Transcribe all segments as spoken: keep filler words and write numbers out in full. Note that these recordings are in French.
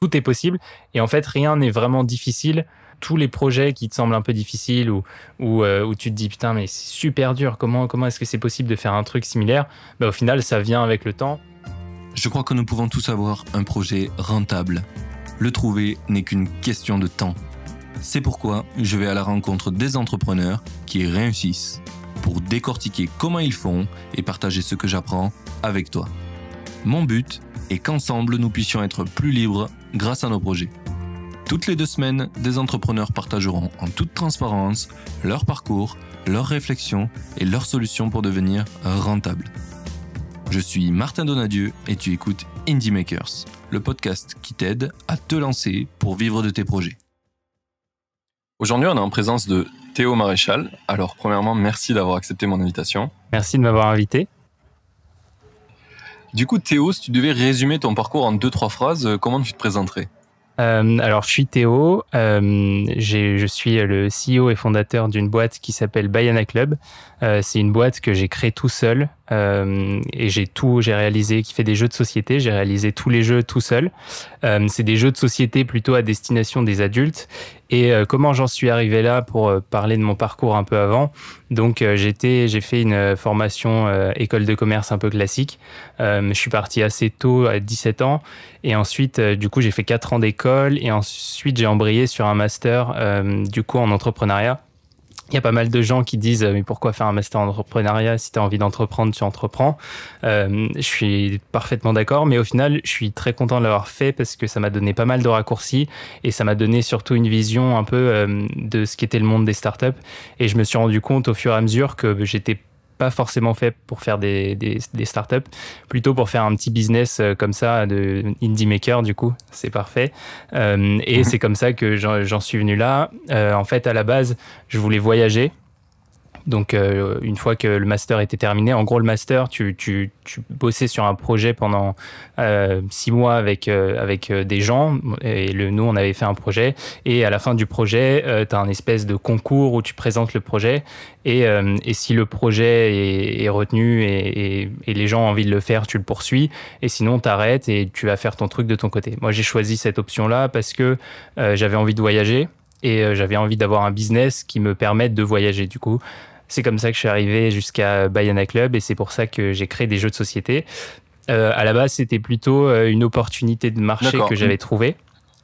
tout est possible. Et en fait, rien n'est vraiment difficile. Tous les projets qui te semblent un peu difficiles ou, ou euh, où tu te dis putain, mais c'est super dur, comment, comment est-ce que c'est possible de faire un truc similaire? Bah, au final, ça vient avec le temps. Je crois que nous pouvons tous avoir un projet rentable. Le trouver n'est qu'une question de temps. C'est pourquoi je vais à la rencontre des entrepreneurs qui réussissent pour décortiquer comment ils font et partager ce que j'apprends avec toi. Mon but est qu'ensemble nous puissions être plus libres grâce à nos projets. Toutes les deux semaines, des entrepreneurs partageront en toute transparence leur parcours, leurs réflexions et leurs solutions pour devenir rentables. Je suis Martin Donadieu et tu écoutes Indie Makers, le podcast qui t'aide à te lancer pour vivre de tes projets. Aujourd'hui, on est en présence de Théo Maréchal. Alors, premièrement, merci d'avoir accepté mon invitation. Merci de m'avoir invité. Du coup, Théo, si tu devais résumer ton parcours en deux, trois phrases, comment tu te présenterais ? Euh, alors, je suis Théo, euh, j'ai, je suis le C E O et fondateur d'une boîte qui s'appelle Bayana Club. Euh, c'est une boîte que j'ai créée tout seul euh, et j'ai tout, j'ai réalisé, qui fait des jeux de société. J'ai réalisé tous les jeux tout seul. Euh, c'est des jeux de société plutôt à destination des adultes. Et euh, comment j'en suis arrivé là pour euh, parler de mon parcours un peu avant. Donc, euh, j'étais, j'ai fait une formation euh, école de commerce un peu classique. Euh, je suis parti assez tôt, à dix-sept ans. Et ensuite, euh, du coup, j'ai fait quatre ans d'école. Et ensuite, j'ai embrayé sur un master, euh, du coup, en entrepreneuriat. Il y a pas mal de gens qui disent mais pourquoi faire un master en entrepreneuriat si tu as envie d'entreprendre, tu entreprends. Euh, je suis parfaitement d'accord, mais au final, je suis très content de l'avoir fait parce que ça m'a donné pas mal de raccourcis et ça m'a donné surtout une vision un peu euh, de ce qu'était le monde des startups. Et je me suis rendu compte au fur et à mesure que j'étais pas forcément fait pour faire des, des, des startups, plutôt pour faire un petit business comme ça de indie maker, du coup, c'est parfait. Euh, et mmh. c'est comme ça que j'en, j'en suis venu là. Euh, en fait, à la base, je voulais voyager. Donc, euh, une fois que le master était terminé, en gros, le master, tu, tu, tu bossais sur un projet pendant euh, six mois avec, euh, avec des gens. Et le, nous, on avait fait un projet. Et à la fin du projet, euh, tu as un espèce de concours où tu présentes le projet. Et, euh, et si le projet est, est retenu et, et, et les gens ont envie de le faire, tu le poursuis. Et sinon, tu arrêtes et tu vas faire ton truc de ton côté. Moi, j'ai choisi cette option-là parce que euh, j'avais envie de voyager. Et euh, j'avais envie d'avoir un business qui me permette de voyager, du coup. C'est comme ça que je suis arrivé jusqu'à Bayana Club et c'est pour ça que j'ai créé des jeux de société. Euh, à la base, c'était plutôt une opportunité de marché D'accord. que j'avais trouvée.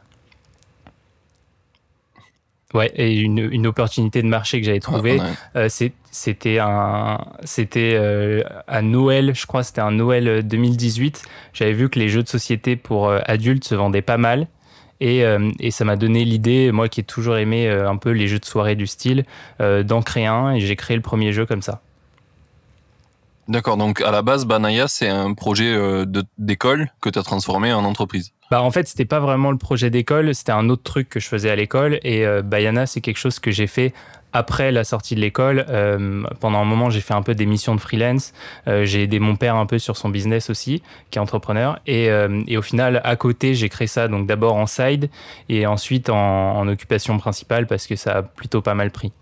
Ouais, et une, une opportunité de marché que j'avais trouvée, ah, ouais. euh, c'est, c'était un, c'était euh, à Noël, je crois, c'était un Noël deux mille dix-huit. J'avais vu que les jeux de société pour euh, adultes se vendaient pas mal. Et, euh, et ça m'a donné l'idée, moi qui ai toujours aimé euh, un peu les jeux de soirée du style, euh, d'en créer un et j'ai créé le premier jeu comme ça. D'accord, donc à la base, Banaya, c'est un projet euh, de, d'école que tu as transformé en entreprise. Bah en fait, c'était pas vraiment le projet d'école, c'était un autre truc que je faisais à l'école et euh, Bayana, c'est quelque chose que j'ai fait après la sortie de l'école. Euh, pendant un moment, j'ai fait un peu des missions de freelance. Euh, j'ai aidé mon père un peu sur son business aussi, qui est entrepreneur. Et, euh, et au final, à côté, j'ai créé ça donc d'abord en side et ensuite en, en occupation principale parce que ça a plutôt pas mal pris.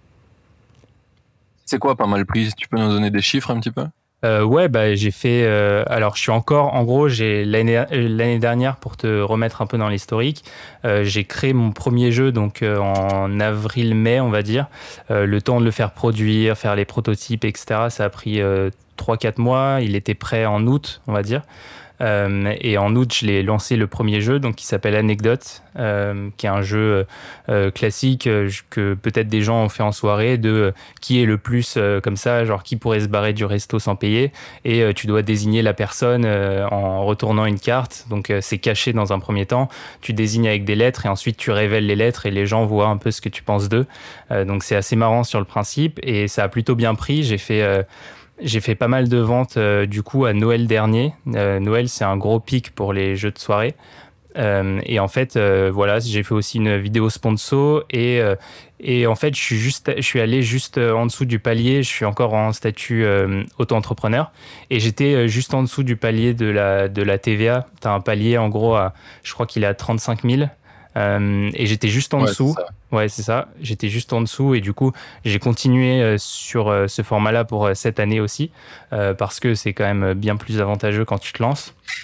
C'est quoi pas mal pris ? Tu peux nous donner des chiffres un petit peu ? Euh, ouais, bah, j'ai fait. Euh, alors, je suis encore. En gros, j'ai l'année, l'année dernière, pour te remettre un peu dans l'historique, euh, j'ai créé mon premier jeu donc euh, en avril-mai, on va dire. Euh, le temps de le faire produire, faire les prototypes, et cetera. Ça a pris euh, trois quatre mois. Il était prêt en août, on va dire. Euh, et en août, je l'ai lancé le premier jeu, donc qui s'appelle Anecdote, euh, qui est un jeu euh, classique euh, que peut-être des gens ont fait en soirée, de euh, qui est le plus euh, comme ça, genre qui pourrait se barrer du resto sans payer, et euh, tu dois désigner la personne euh, en retournant une carte, donc euh, c'est caché dans un premier temps, tu désignes avec des lettres et ensuite tu révèles les lettres et les gens voient un peu ce que tu penses d'eux, euh, donc c'est assez marrant sur le principe et ça a plutôt bien pris. J'ai fait euh, J'ai fait pas mal de ventes euh, du coup à Noël dernier. Euh, Noël, c'est un gros pic pour les jeux de soirée. Euh, et en fait, euh, voilà, j'ai fait aussi une vidéo sponsor et euh, et en fait, je suis juste, je suis allé juste en dessous du palier. Je suis encore en statut euh, auto-entrepreneur et j'étais juste en dessous du palier de la de la T V A. T'as un palier en gros à, je crois qu'il est à trente-cinq mille. Euh, et j'étais juste en ouais, dessous. C'est ouais, c'est ça. J'étais juste en dessous et du coup, j'ai continué euh, sur euh, ce format-là pour euh, cette année aussi euh, parce que c'est quand même bien plus avantageux quand tu te lances.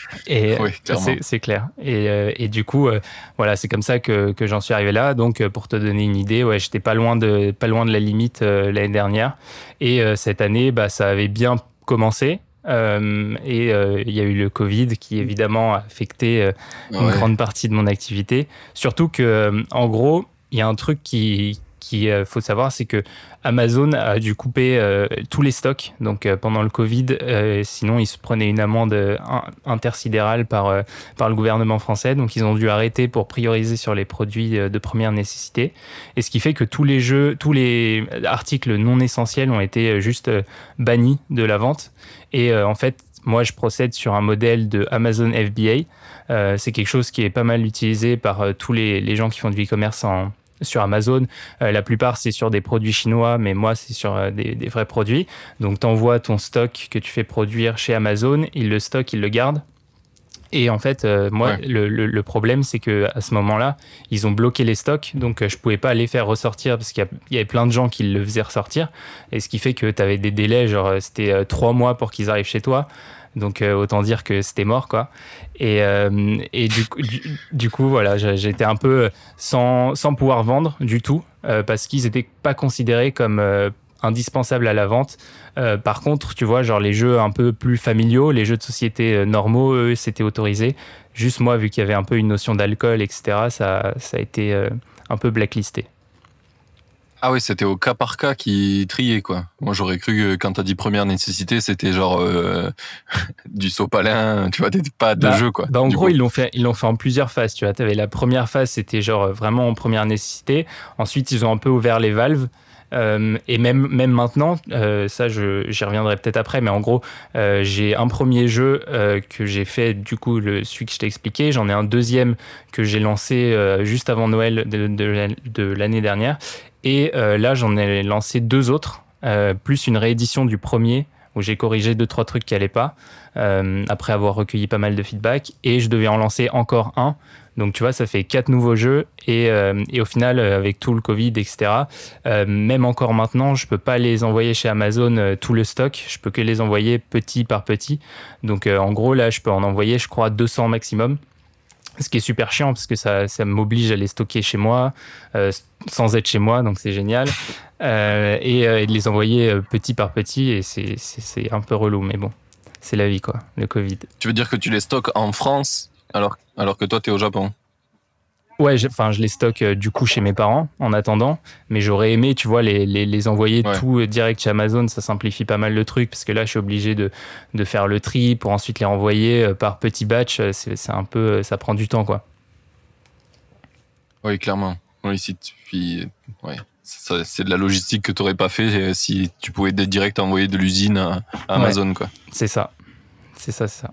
Et Oui, clairement. c'est, c'est clair. Et, euh, et du coup, euh, voilà, c'est comme ça que, que j'en suis arrivé là. Donc, euh, pour te donner une idée, ouais, j'étais pas loin de, pas loin de la limite euh, l'année dernière. Et euh, cette année, bah, ça avait bien commencé. Euh, et il euh, y a eu le Covid qui, évidemment, a affecté euh, une Ouais. grande partie de mon activité. Surtout que, euh, en gros, il y a un truc qui qu'il euh, faut savoir, c'est que Amazon a dû couper euh, tous les stocks. Donc euh, pendant le Covid, euh, sinon ils se prenaient une amende euh, intersidérale par euh, par le gouvernement français. Donc ils ont dû arrêter pour prioriser sur les produits euh, de première nécessité. Et ce qui fait que tous les jeux, tous les articles non essentiels ont été juste euh, bannis de la vente. Et euh, en fait, moi, je procède sur un modèle de Amazon F B A. Euh, c'est quelque chose qui est pas mal utilisé par euh, tous les, les gens qui font du e-commerce en sur Amazon. Euh, la plupart, c'est sur des produits chinois, mais moi, c'est sur euh, des, des vrais produits. Donc, tu envoies ton stock que tu fais produire chez Amazon, ils le stockent, ils le gardent. Et en fait, euh, moi, ouais. le, le, le problème, c'est qu'à ce moment-là, ils ont bloqué les stocks, donc euh, je ne pouvais pas les faire ressortir parce qu'il y, y avait plein de gens qui le faisaient ressortir. Et ce qui fait que tu avais des délais, genre c'était euh, trois mois pour qu'ils arrivent chez toi. Donc euh, autant dire que c'était mort, quoi. Et, euh, et du, coup, du, du coup, voilà, j'étais un peu sans, sans pouvoir vendre du tout euh, parce qu'ils n'étaient pas considérés comme euh, indispensables à la vente. Euh, par contre, tu vois, genre les jeux un peu plus familiaux, les jeux de société euh, normaux, eux, c'était autorisé. Juste moi, vu qu'il y avait un peu une notion d'alcool, et cetera, ça, ça a été euh, un peu blacklisté. Ah oui, c'était au cas par cas qui triait, quoi. Moi, j'aurais cru que quand t'as dit première nécessité, c'était genre euh, du sopalin, tu vois, pas de bah, jeu, quoi. Bah en gros, coup. ils l'ont fait, ils l'ont fait en plusieurs phases, tu vois. T'avais la première phase, c'était genre vraiment en première nécessité. Ensuite, ils ont un peu ouvert les valves. Euh, et même, même maintenant, euh, ça je, j'y reviendrai peut-être après, mais en gros, euh, j'ai un premier jeu euh, que j'ai fait, du coup, le, celui que je t'ai expliqué. J'en ai un deuxième que j'ai lancé euh, juste avant Noël de, de, de l'année dernière. Et euh, là, j'en ai lancé deux autres, euh, plus une réédition du premier, où j'ai corrigé deux, trois trucs qui n'allaient pas, euh, après avoir recueilli pas mal de feedback. Et je devais en lancer encore un. Donc, tu vois, ça fait quatre nouveaux jeux. Et, euh, et au final, avec tout le Covid, et cetera, euh, même encore maintenant, je ne peux pas les envoyer chez Amazon euh, tout le stock. Je peux que les envoyer petit par petit. Donc, euh, en gros, là, je peux en envoyer, je crois, deux cents maximum. Ce qui est super chiant parce que ça, ça m'oblige à les stocker chez moi, euh, sans être chez moi, donc c'est génial. Euh, et, euh, et de les envoyer euh, petit par petit. Et c'est, c'est, c'est un peu relou, mais bon, c'est la vie, quoi, le Covid. Tu veux dire que tu les stockes en France alors, alors que toi, tu es au Japon ? Ouais, enfin, je les stocke euh, du coup chez mes parents en attendant, mais j'aurais aimé, tu vois, les, les, les envoyer ouais. tout direct chez Amazon. Ça simplifie pas mal le truc parce que là, je suis obligé de, de faire le tri pour ensuite les renvoyer euh, par petits batch. C'est, c'est un peu, ça prend du temps, quoi. Oui, clairement. Oui, si tu, puis, ouais. Ça, c'est de la logistique que tu n'aurais pas fait si tu pouvais direct envoyer de l'usine à, à Amazon, ouais. quoi. C'est ça. C'est ça, c'est ça.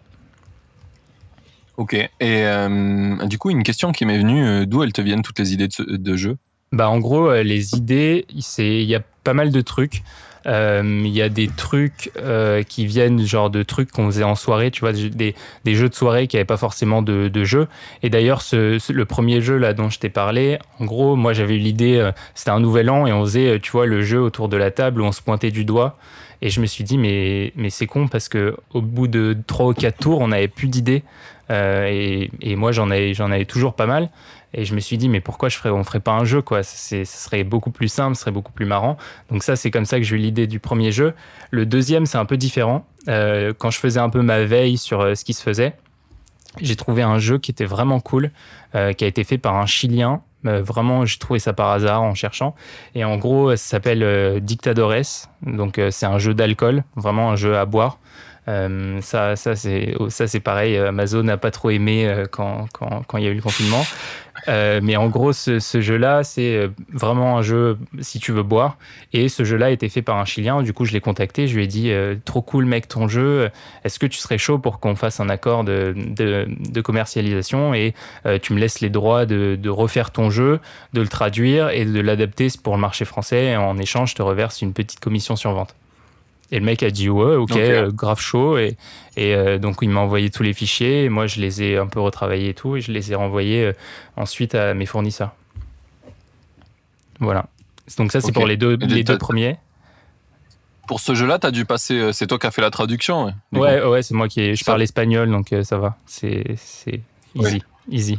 Ok. Et euh, du coup, une question qui m'est venue, euh, d'où elles te viennent toutes les idées de, de jeu ? Bah, en gros, euh, les idées, il y a pas mal de trucs. Il euh, y a des trucs euh, qui viennent genre de trucs qu'on faisait en soirée, tu vois, des, des jeux de soirée qui n'avaient pas forcément de, de jeu. Et d'ailleurs, ce, ce, le premier jeu là dont je t'ai parlé, en gros, moi j'avais eu l'idée, euh, c'était un nouvel an et on faisait, tu vois, le jeu autour de la table où on se pointait du doigt. Et je me suis dit, mais, mais c'est con parce qu'au bout de trois ou quatre tours, on n'avait plus d'idées. Euh, et, et moi, j'en avais, j'en avais toujours pas mal. Et je me suis dit, mais pourquoi je ferais, on ne ferait pas un jeu, quoi ? C'est, ce serait beaucoup plus simple, ce serait beaucoup plus marrant. Donc ça, c'est comme ça que j'ai eu l'idée du premier jeu. Le deuxième, c'est un peu différent. Euh, quand je faisais un peu ma veille sur euh, ce qui se faisait, j'ai trouvé un jeu qui était vraiment cool, euh, qui a été fait par un Chilien. Euh, vraiment, j'ai trouvé ça par hasard en cherchant. Et en gros, ça s'appelle euh, Dictadores. Donc euh, c'est un jeu d'alcool, vraiment un jeu à boire. Euh, ça, ça, c'est, ça, c'est pareil. Amazon n'a pas trop aimé euh, quand, quand, quand il y a eu le confinement. Euh, mais en gros, ce, ce jeu-là, c'est vraiment un jeu si tu veux boire. Et ce jeu-là a été fait par un Chilien. Du coup, je l'ai contacté. Je lui ai dit euh, trop cool, mec, ton jeu. Est-ce que tu serais chaud pour qu'on fasse un accord de, de, de commercialisation et euh, tu me laisses les droits de, de refaire ton jeu, de le traduire et de l'adapter pour le marché français. Et en échange, je te reverse une petite commission sur vente. Et le mec a dit ouais, ok, okay. Euh, grave chaud. Et, et euh, donc, il m'a envoyé tous les fichiers. Et moi, je les ai un peu retravaillés et tout. Et je les ai renvoyés euh, ensuite à mes fournisseurs. Voilà. Donc, ça, c'est okay. pour les deux, les deux premiers. pour ce jeu-là, t'as dû passer. C'est toi qui as fait la traduction. Ouais, ouais, ouais, c'est moi qui ai, je ça... parle espagnol, donc euh, ça va. C'est, c'est easy, oui. easy.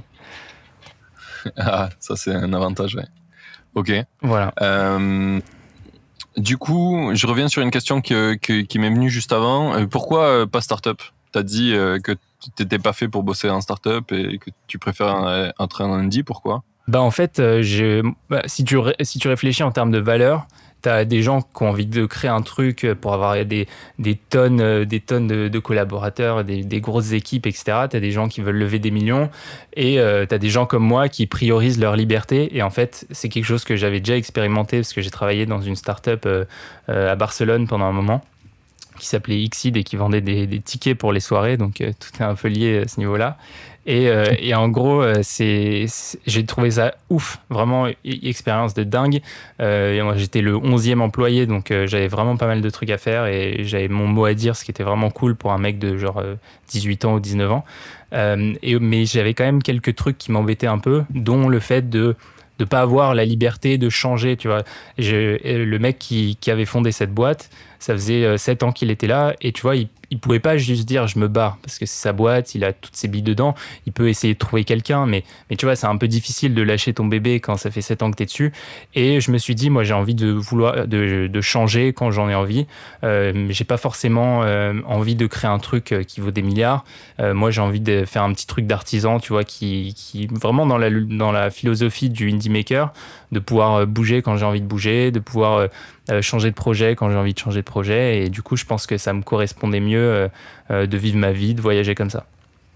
Ah, ça c'est un avantage, ouais. Ok. Voilà. Euh, du coup, je reviens sur une question que, que, qui m'est venue juste avant. Euh, pourquoi euh, pas start-up ? T'as dit euh, que t'étais pas fait pour bosser en start-up et que tu préfères entrer en indie. Pourquoi ? Bah en fait, euh, je, bah, si tu ré, si tu réfléchis en termes de valeur, t'as des gens qui ont envie de créer un truc pour avoir des, des tonnes, des tonnes de, de collaborateurs, des, des grosses équipes, et cetera. T'as des gens qui veulent lever des millions et euh, t'as des gens comme moi qui priorisent leur liberté. Et en fait, c'est quelque chose que j'avais déjà expérimenté parce que j'ai travaillé dans une start-up euh, euh, à Barcelone pendant un moment qui s'appelait Xseed et qui vendait des, des tickets pour les soirées. Donc, euh, tout est un peu lié à ce niveau-là. Et, euh, et en gros, euh, c'est, c'est, j'ai trouvé ça ouf, vraiment une expérience de dingue. Euh, et moi, j'étais le onzième employé, donc euh, j'avais vraiment pas mal de trucs à faire et j'avais mon mot à dire, ce qui était vraiment cool pour un mec de genre euh, dix-huit ans ou dix-neuf ans. Euh, et, mais j'avais quand même quelques trucs qui m'embêtaient un peu, dont le fait de de pas avoir la liberté de changer, tu vois. Je, le mec qui, qui avait fondé cette boîte, ça faisait sept ans qu'il était là et tu vois, il il pouvait pas juste dire je me barre parce que c'est sa boîte, il a toutes ses billes dedans, il peut essayer de trouver quelqu'un, mais, mais tu vois, c'est un peu difficile de lâcher ton bébé quand ça fait sept ans que t'es dessus. Et je me suis dit, moi, j'ai envie de vouloir, de, de changer quand j'en ai envie. Euh, j'ai pas forcément euh, envie de créer un truc qui vaut des milliards. Euh, moi, j'ai envie de faire un petit truc d'artisan, tu vois, qui, qui vraiment dans la, dans la philosophie du indie maker, de pouvoir bouger quand j'ai envie de bouger, de pouvoir euh, changer de projet quand j'ai envie de changer de projet. Et du coup, je pense que ça me correspondait mieux euh, euh, de vivre ma vie, de voyager comme ça.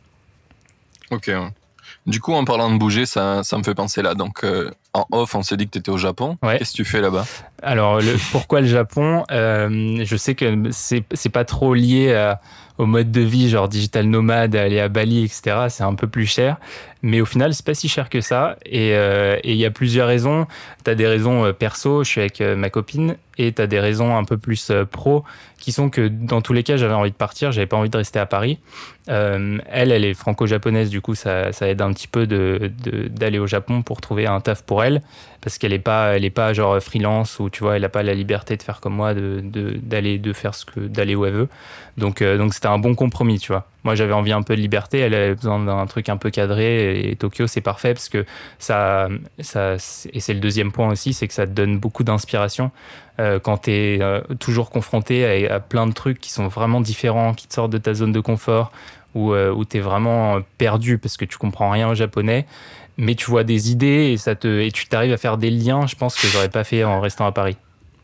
Ok. Du coup, en parlant de bouger, ça, ça me fait penser là. Donc, euh, en off, on s'est dit que tu étais au Japon. Ouais. Qu'est-ce que tu fais là-bas ? Alors, le, pourquoi le Japon ? euh, Je sais que c'est, c'est pas trop lié à, au mode de vie, genre digital nomade, aller à Bali, et cetera. C'est un peu plus cher. Mais au final, c'est pas si cher que ça. Et il euh, y a plusieurs raisons. Tu as des raisons euh, perso, je suis avec euh, ma copine. Et tu as des raisons un peu plus euh, pro, qui sont que dans tous les cas, j'avais envie de partir. J'avais pas envie de rester à Paris. Euh, elle, elle est franco-japonaise. Du coup, ça, ça aide un petit peu de, de, d'aller au Japon pour trouver un taf pour elle. Parce qu'elle est pas, elle est pas genre freelance ou tu vois, elle a pas la liberté de faire comme moi, de, de, d'aller, de faire ce que, d'aller où elle veut. Donc, euh, donc c'était un bon compromis, tu vois. Moi, j'avais envie un peu de liberté. Elle avait besoin d'un truc un peu cadré. Et Tokyo, c'est parfait parce que ça, ça, et c'est le deuxième point aussi, c'est que ça te donne beaucoup d'inspiration euh, quand tu es euh, toujours confronté à, à plein de trucs qui sont vraiment différents, qui te sortent de ta zone de confort, où, euh, où tu es vraiment perdu parce que tu comprends rien au japonais. Mais tu vois des idées et, ça te, et tu t'arrives à faire des liens, je pense que j'aurais pas fait en restant à Paris.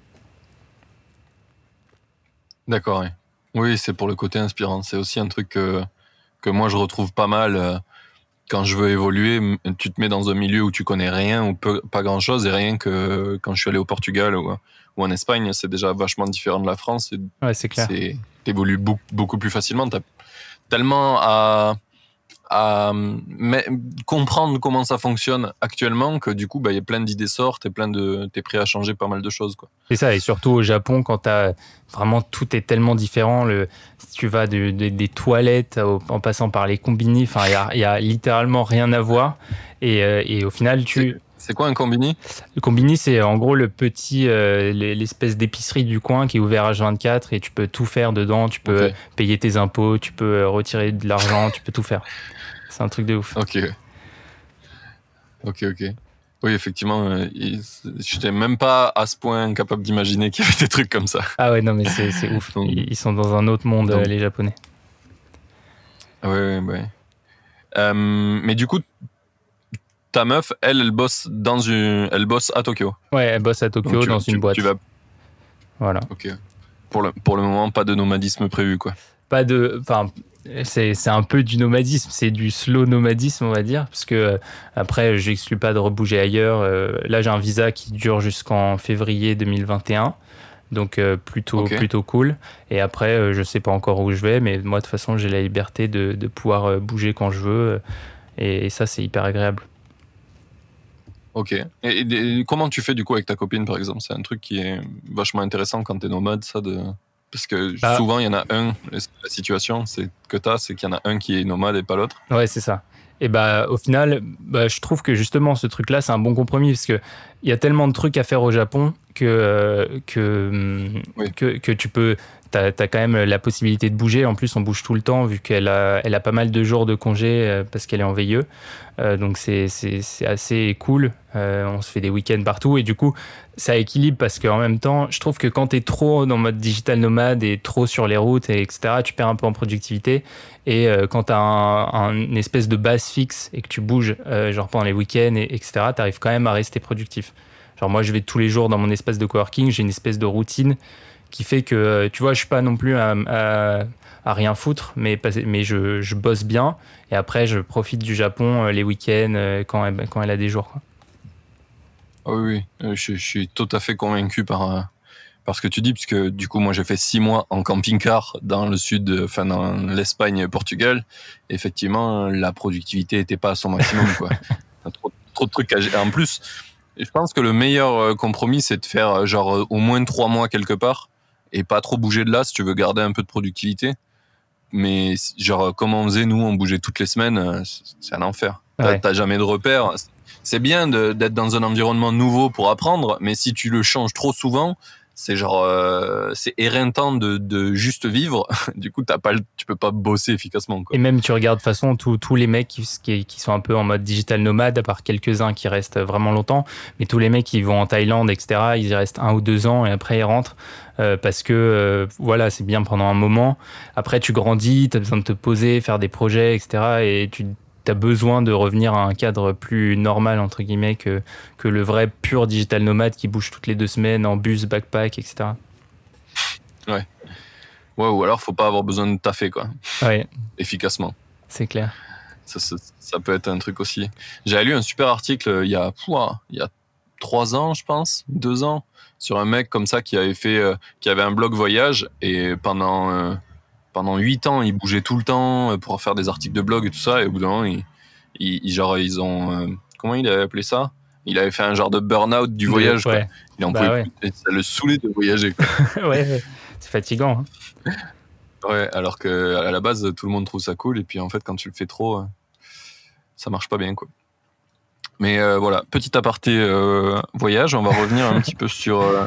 D'accord, oui. Oui, c'est pour le côté inspirant. C'est aussi un truc que, que moi je retrouve pas mal. Euh, quand je veux évoluer, tu te mets dans un milieu où tu connais rien ou peu, pas grand-chose, et rien que quand je suis allé au Portugal ou, ou en Espagne, c'est déjà vachement différent de la France. Et ouais, c'est clair. C'est, t'évolues beaucoup, beaucoup plus facilement. T'as tellement à... à mais, comprendre comment ça fonctionne actuellement que du coup bah, y a plein d'idées sortent et plein de t'es prêt à changer pas mal de choses quoi. C'est ça, et surtout au Japon quand t'as vraiment tout est tellement différent, le si tu vas de, de, des toilettes au, en passant par les combini, enfin il y a, y a littéralement rien à voir et, euh, et au final tu c'est... C'est quoi un combini ? Le combini, c'est en gros le petit, euh, l'espèce d'épicerie du coin qui est ouvert H vingt-quatre et tu peux tout faire dedans. Tu peux okay. payer tes impôts, tu peux retirer de l'argent, tu peux tout faire. C'est un truc de ouf. Ok. Ok, ok. Oui, effectivement, euh, je n'étais même pas à ce point capable d'imaginer qu'il y avait des trucs comme ça. Ah ouais, non, mais c'est, c'est ouf. Donc, ils sont dans un autre monde, donc, les Japonais. Oui, oui, oui. Euh, mais du coup, ta meuf, elle, elle bosse dans une, elle bosse à Tokyo. Ouais, elle bosse à Tokyo dans tu, une tu, boîte. Tu vas... Voilà. Ok. Pour le, pour le moment, pas de nomadisme prévu, quoi. Pas de, enfin, c'est, c'est un peu du nomadisme, c'est du slow nomadisme, on va dire, parce que euh, après, j'exclus pas de rebouger ailleurs. Euh, là, j'ai un visa qui dure jusqu'en février deux mille vingt et un. Donc euh, plutôt, okay. plutôt cool. Et après, euh, je sais pas encore où je vais, mais moi, de toute façon, j'ai la liberté de, de pouvoir euh, bouger quand je veux. Et, et ça, c'est hyper agréable. Ok. Et, et, et comment tu fais du coup avec ta copine, par exemple ? C'est un truc qui est vachement intéressant quand t'es nomade, ça, de... Parce que ah. souvent, il y en a un, la situation c'est que t'as, c'est qu'il y en a un qui est nomade et pas l'autre. Ouais, c'est ça. Et bah, au final, bah, je trouve que justement, ce truc-là, c'est un bon compromis parce que il y a tellement de trucs à faire au Japon que, que, Oui. que, que tu peux. T'as, t'as quand même la possibilité de bouger. En plus, on bouge tout le temps vu qu'elle a, elle a pas mal de jours de congé euh, parce qu'elle est en veilleux. Euh, donc, c'est, c'est, c'est assez cool. Euh, on se fait des week-ends partout. Et du coup, ça équilibre parce qu'en même temps, je trouve que quand t'es trop dans mode digital nomade et trop sur les routes, et etc., tu perds un peu en productivité. Et euh, quand t'as un, un, une espèce de base fixe et que tu bouges, euh, genre pendant les week-ends, et, etc., t'arrives quand même à rester productif. Genre, moi, je vais tous les jours dans mon espace de coworking. J'ai une espèce de routine qui fait que, tu vois, je suis pas non plus à, à, à rien foutre, mais, mais je, je bosse bien. Et après, je profite du Japon les week-ends quand elle, quand elle a des jours, quoi. Ah oui, oui, je, je suis tout à fait convaincu par, par ce que tu dis, puisque du coup, moi, j'ai fait six mois en camping-car dans le sud, enfin, dans l'Espagne et Portugal. Et effectivement, la productivité n'était pas à son maximum, quoi. trop, trop de trucs à gérer. En plus, je pense que le meilleur compromis, c'est de faire genre au moins trois mois quelque part et pas trop bouger de là si tu veux garder un peu de productivité. Mais genre, comme on faisait, nous, on bougeait toutes les semaines, c'est un enfer. Ouais. T'as, t'as jamais de repères. C'est bien de, d'être dans un environnement nouveau pour apprendre, mais si tu le changes trop souvent, c'est genre, euh, c'est éreintant de, de juste vivre. Du coup, t'as pas, tu peux pas bosser efficacement, quoi. Et même, tu regardes de toute façon tous, tous les mecs qui, qui, qui sont un peu en mode digital nomade, à part quelques-uns qui restent vraiment longtemps, mais tous les mecs qui vont en Thaïlande, et cetera, ils y restent un ou deux ans et après ils rentrent. Euh, parce que euh, voilà, c'est bien pendant un moment. Après, tu grandis, tu as besoin de te poser, faire des projets, et cetera. Et tu as besoin de revenir à un cadre plus normal, entre guillemets, que, que le vrai pur digital nomade qui bouge toutes les deux semaines en bus, backpack, et cetera. Ouais. Ouais, ou alors, faut pas avoir besoin de taffer, quoi. Ouais. Efficacement. C'est clair. Ça, ça, ça peut être un truc aussi. J'avais lu un super article il y a, pouah, il y a trois ans, je pense, deux ans, sur un mec comme ça qui avait fait, euh, qui avait un blog voyage et pendant euh, pendant huit ans, il bougeait tout le temps pour faire des articles de blog et tout ça. Et au bout d'un moment, il, il, genre ils ont, euh, comment il avait appelé ça ? Il avait fait un genre de burn-out du voyage. Ouais. Quoi. Il en bah pouvait ouais. plus, et ça le saoulait de voyager. Quoi. ouais, ouais, c'est fatigant. Hein. Ouais, alors que à la base, tout le monde trouve ça cool et puis en fait, quand tu le fais trop, euh, ça marche pas bien, quoi. Mais euh, voilà, petit aparté euh, voyage, on va revenir un petit peu sur, euh,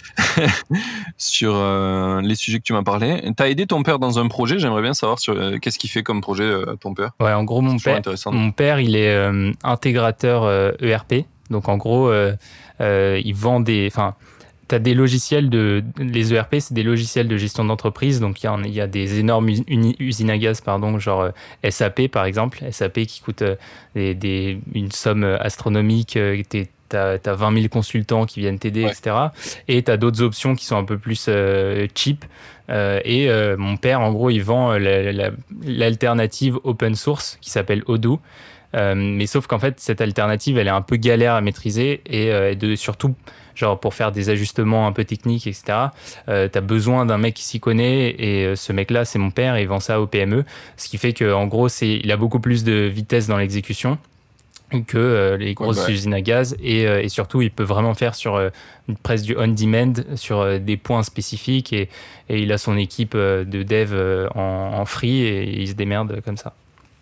sur euh, les sujets que tu m'as parlé. Tu as aidé ton père dans un projet, j'aimerais bien savoir sur, euh, qu'est-ce qu'il fait comme projet, euh, ton père. Ouais, en gros, mon père, mon père, il est euh, intégrateur euh, E R P. Donc en gros, euh, euh, il vend des... Enfin, tu as des logiciels de... Les E R P, c'est des logiciels de gestion d'entreprise. Donc il y, y a des énormes uni, usines à gaz, pardon, genre euh, S A P par exemple. S A P qui coûte euh, des, des, une somme astronomique. Euh, t'es, t'as, t'as vingt mille consultants qui viennent t'aider, ouais. et cetera. Et tu as d'autres options qui sont un peu plus euh, cheap. Euh, et euh, mon père, en gros, il vend la, la, l'alternative open source qui s'appelle Odoo. Euh, mais sauf qu'en fait, cette alternative, elle est un peu galère à maîtriser et euh, de, surtout, genre pour faire des ajustements un peu techniques, et cetera, euh, tu as besoin d'un mec qui s'y connaît et euh, ce mec-là, c'est mon père et il vend ça au P M E. Ce qui fait qu'en gros, c'est, il a beaucoup plus de vitesse dans l'exécution que euh, les grosses ouais, bah. usines à gaz et, euh, et surtout, il peut vraiment faire sur euh, presque du on-demand, sur euh, des points spécifiques et, et il a son équipe euh, de dev euh, en, en free et il se démerde comme ça.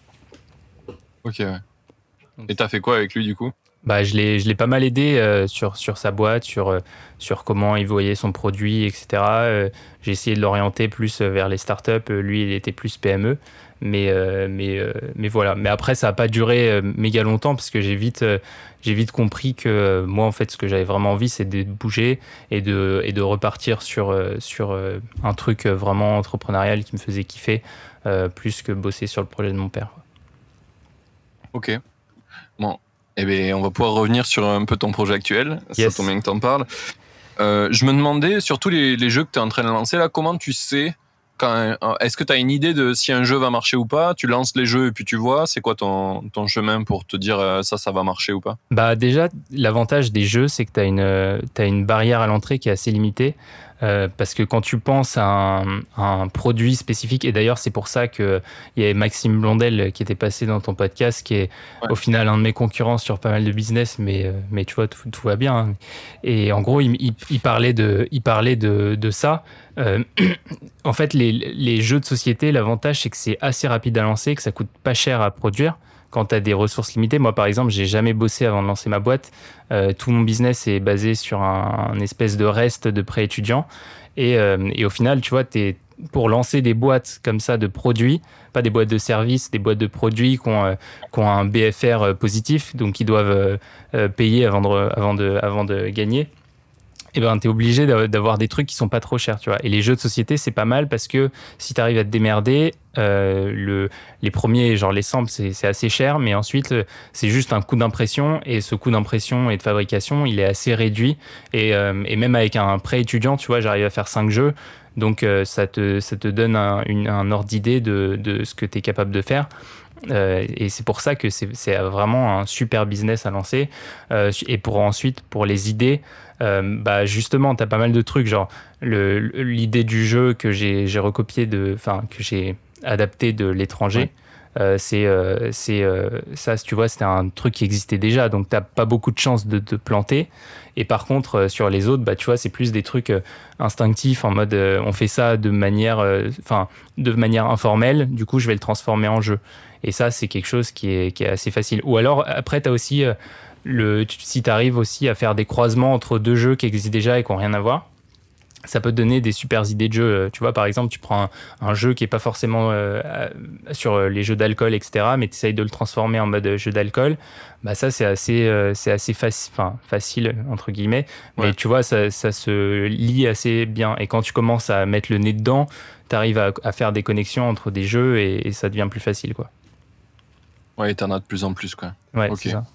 Ok, ouais. Et t'as fait quoi avec lui du coup ? Bah, je l'ai, je l'ai pas mal aidé euh, sur, sur sa boîte, sur, euh, sur comment il voyait son produit, et cetera. Euh, j'ai essayé de l'orienter plus vers les startups. Lui, il était plus P M E. Mais, euh, mais, euh, mais voilà. Mais après, ça n'a pas duré euh, méga longtemps parce que j'ai vite, euh, j'ai vite compris que euh, moi, en fait, ce que j'avais vraiment envie, c'est de bouger et de, et de repartir sur, euh, sur euh, un truc vraiment entrepreneurial qui me faisait kiffer euh, plus que bosser sur le projet de mon père. Ok. Bon. Eh bien, on va pouvoir revenir sur un peu ton projet actuel. Yes. Ça tombe bien que t'en parles. Euh, je me demandais, sur tous les, les jeux que tu es en train de lancer, là, comment tu sais, quand, est-ce que tu as une idée de si un jeu va marcher ou pas ? Tu lances les jeux et puis tu vois, c'est quoi ton, ton chemin pour te dire euh, ça, ça va marcher ou pas ? Bah déjà, l'avantage des jeux, c'est que tu as une, t'as une barrière à l'entrée qui est assez limitée. Euh, parce que quand tu penses à un, à un produit spécifique, et d'ailleurs c'est pour ça qu'il y avait Maxime Blondel qui était passé dans ton podcast, qui est ouais. au final un de mes concurrents sur pas mal de business, mais, mais tu vois, tout, tout va bien. Hein. Et en gros, il, il, il parlait, de, il parlait de, de ça. Euh, en fait, les, les jeux de société, l'avantage c'est que c'est assez rapide à lancer, que ça coûte pas cher à produire. quand tu as des ressources limitées. Moi, par exemple, j'ai jamais bossé avant de lancer ma boîte. Euh, tout mon business est basé sur un, un espèce de reste de prêt étudiant. Et, euh, et au final, tu vois, t'es, pour lancer des boîtes comme ça de produits, pas des boîtes de services, des boîtes de produits qui ont, euh, qui ont un B F R positif, donc qui doivent euh, euh, payer avant de, avant de, avant de gagner. Eh ben, tu es obligé d'avoir des trucs qui sont pas trop chers, tu vois. Et les jeux de société, c'est pas mal parce que si tu arrives à te démerder, euh, le, les premiers, genre les samples, c'est, c'est assez cher, mais ensuite, c'est juste un coût d'impression et ce coût d'impression et de fabrication, il est assez réduit. Et, euh, et même avec un prêt étudiant, tu vois, j'arrive à faire cinq jeux. Donc, euh, ça, te, ça te donne un, une, un ordre d'idée de, de ce que tu es capable de faire. Euh, et c'est pour ça que c'est, c'est vraiment un super business à lancer. Euh, et pour ensuite, pour les idées, euh, bah justement, tu as pas mal de trucs, genre le, l'idée du jeu que j'ai, j'ai recopié, de, enfin, que j'ai adapté de l'étranger. Ouais. Euh, c'est, euh, c'est euh, ça, tu vois, c'était un truc qui existait déjà, donc t'as pas beaucoup de chances de te planter. Et par contre, euh, sur les autres, bah, tu vois, c'est plus des trucs euh, instinctifs, en mode euh, on fait ça de manière, enfin, euh, de manière informelle. Du coup, je vais le transformer en jeu. Et ça, c'est quelque chose qui est, qui est assez facile. Ou alors, après, t'as aussi euh, le, si t'arrives aussi à faire des croisements entre deux jeux qui existent déjà et qui n'ont rien à voir, ça peut te donner des super idées de jeu. Tu vois, par exemple, tu prends un, un jeu qui n'est pas forcément euh, sur les jeux d'alcool, et cetera, mais tu essayes de le transformer en mode jeu d'alcool. Bah ça, c'est assez, euh, c'est assez faci- enfin, facile, entre guillemets. Mais ouais. Tu vois, ça, ça se lie assez bien. Et quand tu commences à mettre le nez dedans, tu arrives à, à faire des connexions entre des jeux et, et ça devient plus facile, quoi. Ouais, tu en as de plus en plus, quoi. Ouais, okay. C'est ça.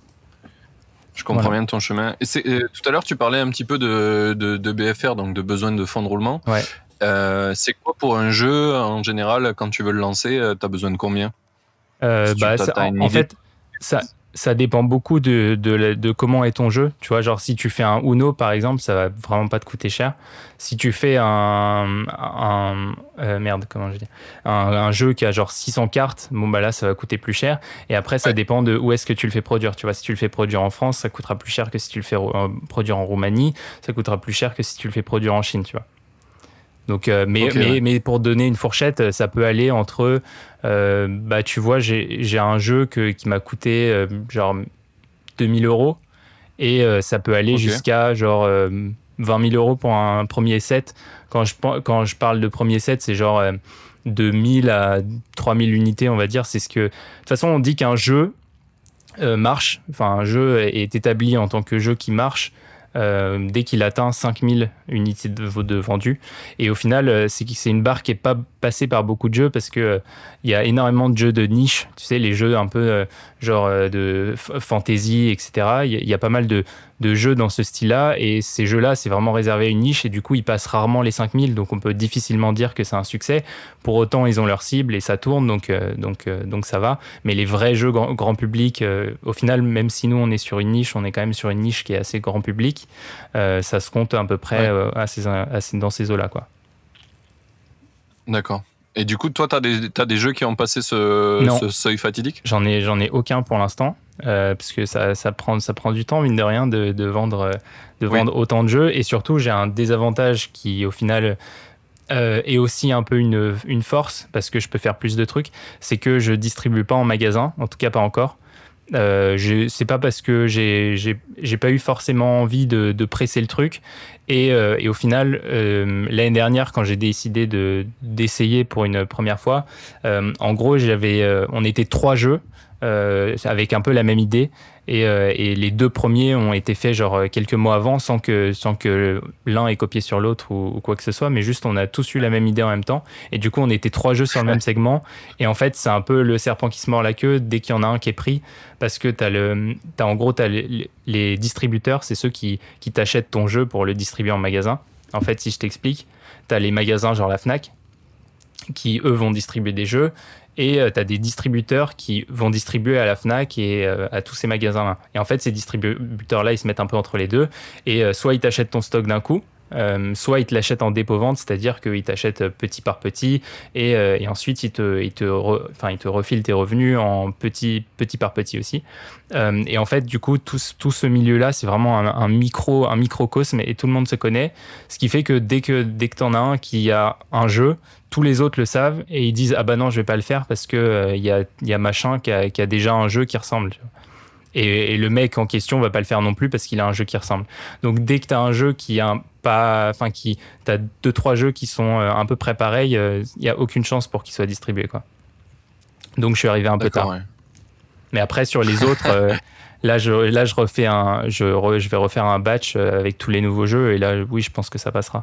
Je comprends voilà. bien ton chemin. Et c'est, euh, tout à l'heure, tu parlais un petit peu de, de, de B F R, donc de besoin de fonds de roulement. Ouais. Euh, c'est quoi pour un jeu, en général, quand tu veux le lancer, tu as besoin de combien euh, si bah, tu, ça, En, en fait, ça, ça dépend beaucoup de, de, de comment est ton jeu. Tu vois, genre si tu fais un Uno, par exemple, ça va vraiment pas te coûter cher. Si tu fais un... un euh, merde, comment je dis un, un jeu qui a genre six cents cartes, bon bah là, ça va coûter plus cher. Et après, ça ouais. dépend de où est-ce que tu le fais produire. Tu vois, si tu le fais produire en France, ça coûtera plus cher que si tu le fais euh, produire en Roumanie. Ça coûtera plus cher que si tu le fais produire en Chine, tu vois. Donc, euh, mais, okay, mais, ouais. mais pour donner une fourchette, ça peut aller entre, euh, bah, tu vois, j'ai, j'ai un jeu que, qui m'a coûté euh, genre deux mille euros et euh, ça peut aller okay. jusqu'à genre euh, vingt mille euros pour un premier set. Quand je, quand je parle de premier set, c'est genre euh, de mille à trois mille unités, on va dire. C'est ce que, de toute façon, on dit qu'un jeu euh, marche, enfin, un jeu est établi en tant que jeu qui marche. Euh, dès qu'il atteint cinq mille unités de, de vendues. Et au final, euh, c'est, c'est une barre qui n'est pas passée par beaucoup de jeux parce qu'il euh, y a énormément de jeux de niche, tu sais, les jeux un peu euh, genre euh, de f- fantasy, et cetera. Il y, y a pas mal de, de jeux dans ce style-là et ces jeux-là, c'est vraiment réservé à une niche et du coup, ils passent rarement les cinq mille, donc on peut difficilement dire que c'est un succès. Pour autant, ils ont leur cible et ça tourne, donc, euh, donc, euh, donc ça va. Mais les vrais jeux grand, grand public, euh, au final, même si nous, on est sur une niche, on est quand même sur une niche qui est assez grand public. Euh, ça se compte à peu près ouais. euh, à ces, à ces, dans ces eaux-là, quoi. D'accord. Et du coup, toi, tu as des, t'as des jeux qui ont passé ce, ce seuil fatidique ? J'en ai, j'en ai aucun pour l'instant, euh, parce que ça, ça, prend, ça prend du temps, mine de rien, de, de, vendre, de oui. vendre autant de jeux. Et surtout, j'ai un désavantage qui, au final, euh, est aussi un peu une, une force, parce que je peux faire plus de trucs. C'est que je distribue pas en magasin, en tout cas pas encore. Euh, je, c'est pas parce que j'ai, j'ai, j'ai pas eu forcément envie de, de presser le truc et, euh, et au final euh, l'année dernière quand j'ai décidé de, d'essayer pour une première fois euh, en gros j'avais, euh, on était trois jeux euh, avec un peu la même idée et, euh, et les deux premiers ont été faits genre quelques mois avant sans que, sans que l'un ait copié sur l'autre ou, ou quoi que ce soit, mais juste on a tous eu la même idée en même temps et du coup on était trois jeux sur le même segment et en fait c'est un peu le serpent qui se mord la queue dès qu'il y en a un qui est pris parce que t'as le, t'as en gros t'as les, les distributeurs, c'est ceux qui, qui t'achètent ton jeu pour le distribuer en magasin. En fait si je t'explique, t'as les magasins genre la Fnac qui eux vont distribuer des jeux et euh, tu as des distributeurs qui vont distribuer à la Fnac et euh, à tous ces magasins-là. Et en fait, ces distributeurs-là, ils se mettent un peu entre les deux et euh, soit ils t'achètent ton stock d'un coup Euh, soit ils te l'achètent en dépôt-vente, c'est-à-dire qu'ils t'achètent petit par petit et, euh, et ensuite ils te, ils, te re, enfin, ils te refilent tes revenus en petit, petit par petit aussi. Euh, et en fait, du coup, tout, tout ce milieu-là, c'est vraiment un, un, micro, un microcosme et tout le monde se connaît. Ce qui fait que dès que, dès que tu en as un qui a un jeu, tous les autres le savent et ils disent « Ah bah non, je vais pas le faire parce qu'il euh, y, a, y a machin qui a, qui a déjà un jeu qui ressemble. » Et, et le mec en question va pas le faire non plus parce qu'il a un jeu qui ressemble. Donc dès que tu as un jeu qui a un, pas, enfin qui, t'as deux trois jeux qui sont un peu près pareils, il euh, y a aucune chance pour qu'ils soient distribués quoi. Donc je suis arrivé un peu tard. Ouais. Mais après sur les autres, euh, là je là je refais un, je re, je vais refaire un batch avec tous les nouveaux jeux et là oui je pense que ça passera.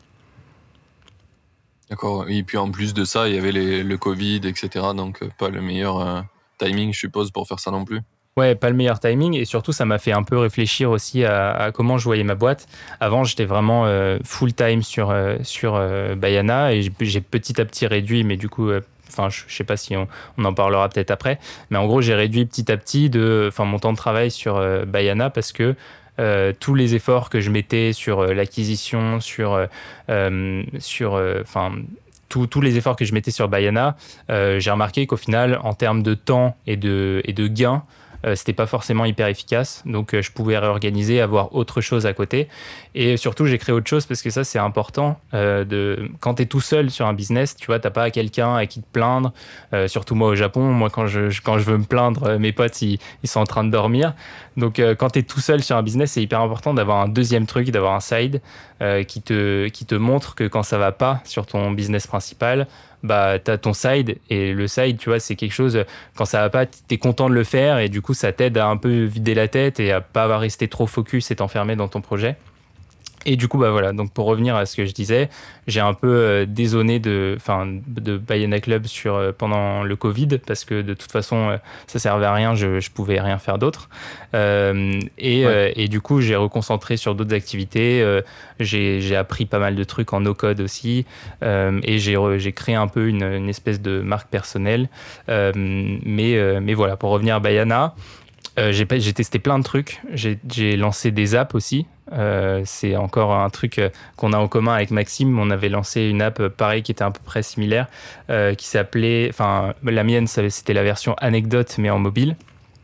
D'accord. Et puis en plus de ça, il y avait les, le Covid, et cetera. Donc pas le meilleur euh, timing, je suppose, pour faire ça non plus. Ouais, pas le meilleur timing et surtout ça m'a fait un peu réfléchir aussi à, à comment je voyais ma boîte. Avant, j'étais vraiment euh, full time sur euh, sur euh, Bayana et j'ai, j'ai petit à petit réduit, mais du coup, enfin, euh, je, je sais pas si on, on en parlera peut-être après, mais en gros, j'ai réduit petit à petit de, enfin, mon temps de travail sur euh, Bayana parce que Euh, tous les efforts que je mettais sur euh, l'acquisition, sur, euh, sur, enfin, euh, tous, tous les efforts que je mettais sur Bayana, euh, j'ai remarqué qu'au final, en termes de temps et de, et de gains, euh, c'était pas forcément hyper efficace. Donc, euh, je pouvais réorganiser, avoir autre chose à côté. Et surtout, j'ai créé autre chose parce que ça, c'est important. Euh, de, quand tu es tout seul sur un business, tu vois, t'as pas quelqu'un à qui te plaindre. Euh, surtout moi au Japon, moi, quand je, quand je veux me plaindre, mes potes, ils, ils sont en train de dormir. Donc, euh, quand tu es tout seul sur un business, c'est hyper important d'avoir un deuxième truc, d'avoir un side euh, qui, te, qui te montre que quand ça va pas sur ton business principal, bah, tu as ton side. Et le side, tu vois, c'est quelque chose, quand ça va pas, tu es content de le faire et du coup, ça t'aide à un peu vider la tête et à pas avoir resté trop focus et t'enfermer dans ton projet. Et du coup, bah voilà. Donc pour revenir à ce que je disais, j'ai un peu euh, dézonné de, enfin, de Bayana Club sur euh, pendant le Covid parce que de toute façon, euh, ça servait à rien. Je, je pouvais rien faire d'autre. Euh, et, ouais. euh, et du coup, j'ai reconcentré sur d'autres activités. Euh, j'ai, j'ai appris pas mal de trucs en no-code aussi. Euh, et j'ai, re, j'ai créé un peu une, une espèce de marque personnelle. Euh, mais, euh, mais voilà, pour revenir à Bayana. Euh, j'ai, j'ai testé plein de trucs. J'ai, j'ai lancé des apps aussi. Euh, c'est encore un truc qu'on a en commun avec Maxime. On avait lancé une app pareil qui était à peu près similaire, euh, qui s'appelait, enfin la mienne c'était la version Anecdote mais en mobile.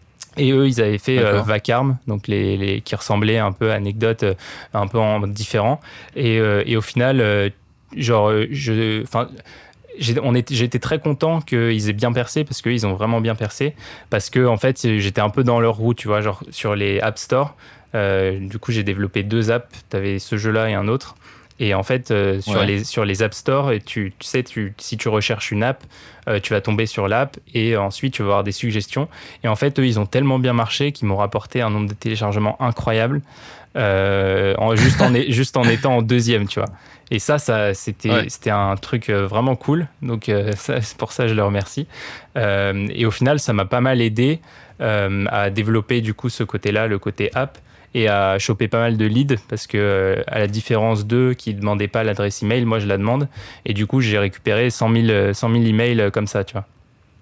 Et eux, ils avaient fait euh, Vacarme, donc les, les, qui ressemblait un peu à Anecdote, euh, un peu en différent. Et, euh, et au final, euh, genre, je, enfin. J'ai, on était, j'ai été très content qu'ils aient bien percé parce qu'ils ont vraiment bien percé. Parce que, en fait, j'étais un peu dans leur roue, tu vois, genre sur les App Store. Euh, du coup, j'ai développé deux apps. Tu avais ce jeu-là et un autre. Et en fait, euh, sur, ouais. les, sur les App Store, tu, tu sais, tu, si tu recherches une app, euh, tu vas tomber sur l'app et ensuite tu vas avoir des suggestions. Et en fait, eux, ils ont tellement bien marché qu'ils m'ont rapporté un nombre de téléchargements incroyable, euh, en, juste, en, juste en étant en deuxième, tu vois. Et ça, ça c'était, ouais. c'était un truc vraiment cool. Donc, euh, ça, c'est pour ça que je le remercie. Euh, et au final, ça m'a pas mal aidé euh, à développer du coup ce côté-là, le côté app, et à choper pas mal de leads parce que, euh, à la différence d'eux qui ne demandaient pas l'adresse email, moi je la demande. Et du coup, j'ai récupéré cent mille emails comme ça, tu vois.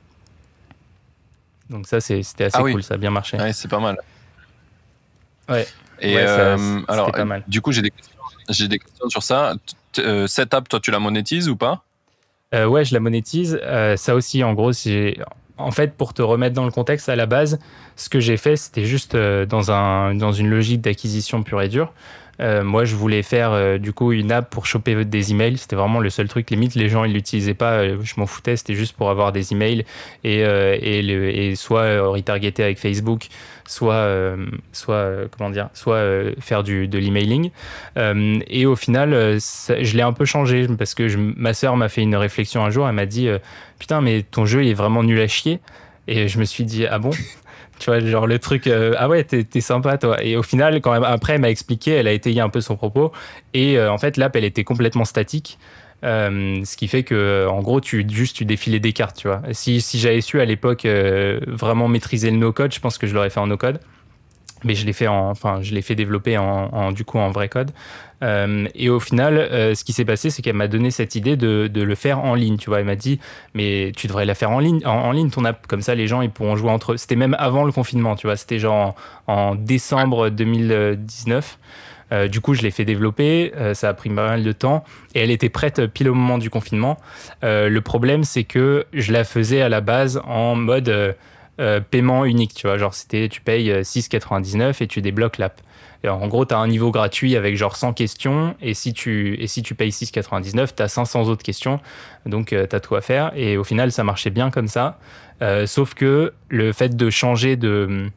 Donc, ça, c'est, c'était assez ah, cool. Oui. Ça a bien marché. Ouais, c'est pas mal. Ouais. Et ouais, euh, ça, alors, pas mal. Du coup, j'ai des questions. J'ai des questions sur ça. Euh, cette app, toi, tu la monétises ou pas ? euh, Ouais, je la monétise. Euh, ça aussi, en gros, c'est... En fait, pour te remettre dans le contexte, à la base, ce que j'ai fait, c'était juste euh, dans, un, dans une logique d'acquisition pure et dure. Euh, moi, je voulais faire euh, du coup une app pour choper des emails. C'était vraiment le seul truc. Limite, les gens ils l'utilisaient pas. Euh, je m'en foutais. C'était juste pour avoir des emails et euh, et, le, et soit euh, retargeter avec Facebook, soit euh, soit euh, comment dire, soit euh, faire du de l'emailing. Euh, et au final, euh, ça, je l'ai un peu changé parce que je, ma sœur m'a fait une réflexion un jour. Elle m'a dit euh, putain, mais ton jeu il est vraiment nul à chier. Et je me suis dit ah bon. Tu vois, genre le truc, euh, ah ouais, t'es, t'es sympa, toi. Et au final, quand même, après, elle m'a expliqué, elle a étayé un peu son propos. Et euh, en fait, l'app, elle était complètement statique. Euh, ce qui fait que, en gros, tu, juste, tu défilais des cartes, tu vois. Si, si j'avais su à l'époque euh, vraiment maîtriser le no-code, je pense que je l'aurais fait en no-code. Mais je l'ai fait en, enfin, je l'ai fait développer en, en du coup en vrai code. Euh, et au final, euh, ce qui s'est passé, c'est qu'elle m'a donné cette idée de, de le faire en ligne. Tu vois, elle m'a dit, mais tu devrais la faire en ligne, en, en ligne ton app. Comme ça, les gens ils pourront jouer entre eux. C'était même avant le confinement, tu vois. C'était genre en, en décembre deux mille dix-neuf. Euh, du coup, je l'ai fait développer, euh, ça a pris pas mal de temps et elle était prête pile au moment du confinement. Euh, le problème, c'est que je la faisais à la base en mode euh, euh, paiement unique, tu vois, genre c'était tu payes six euros quatre-vingt-dix-neuf et tu débloques l'app. Et en gros, tu as un niveau gratuit avec genre cent questions et si tu, et si tu payes six euros quatre-vingt-dix-neuf, tu as cinq cents autres questions, donc euh, tu as tout à faire et au final, ça marchait bien comme ça. Euh, sauf que le fait de changer de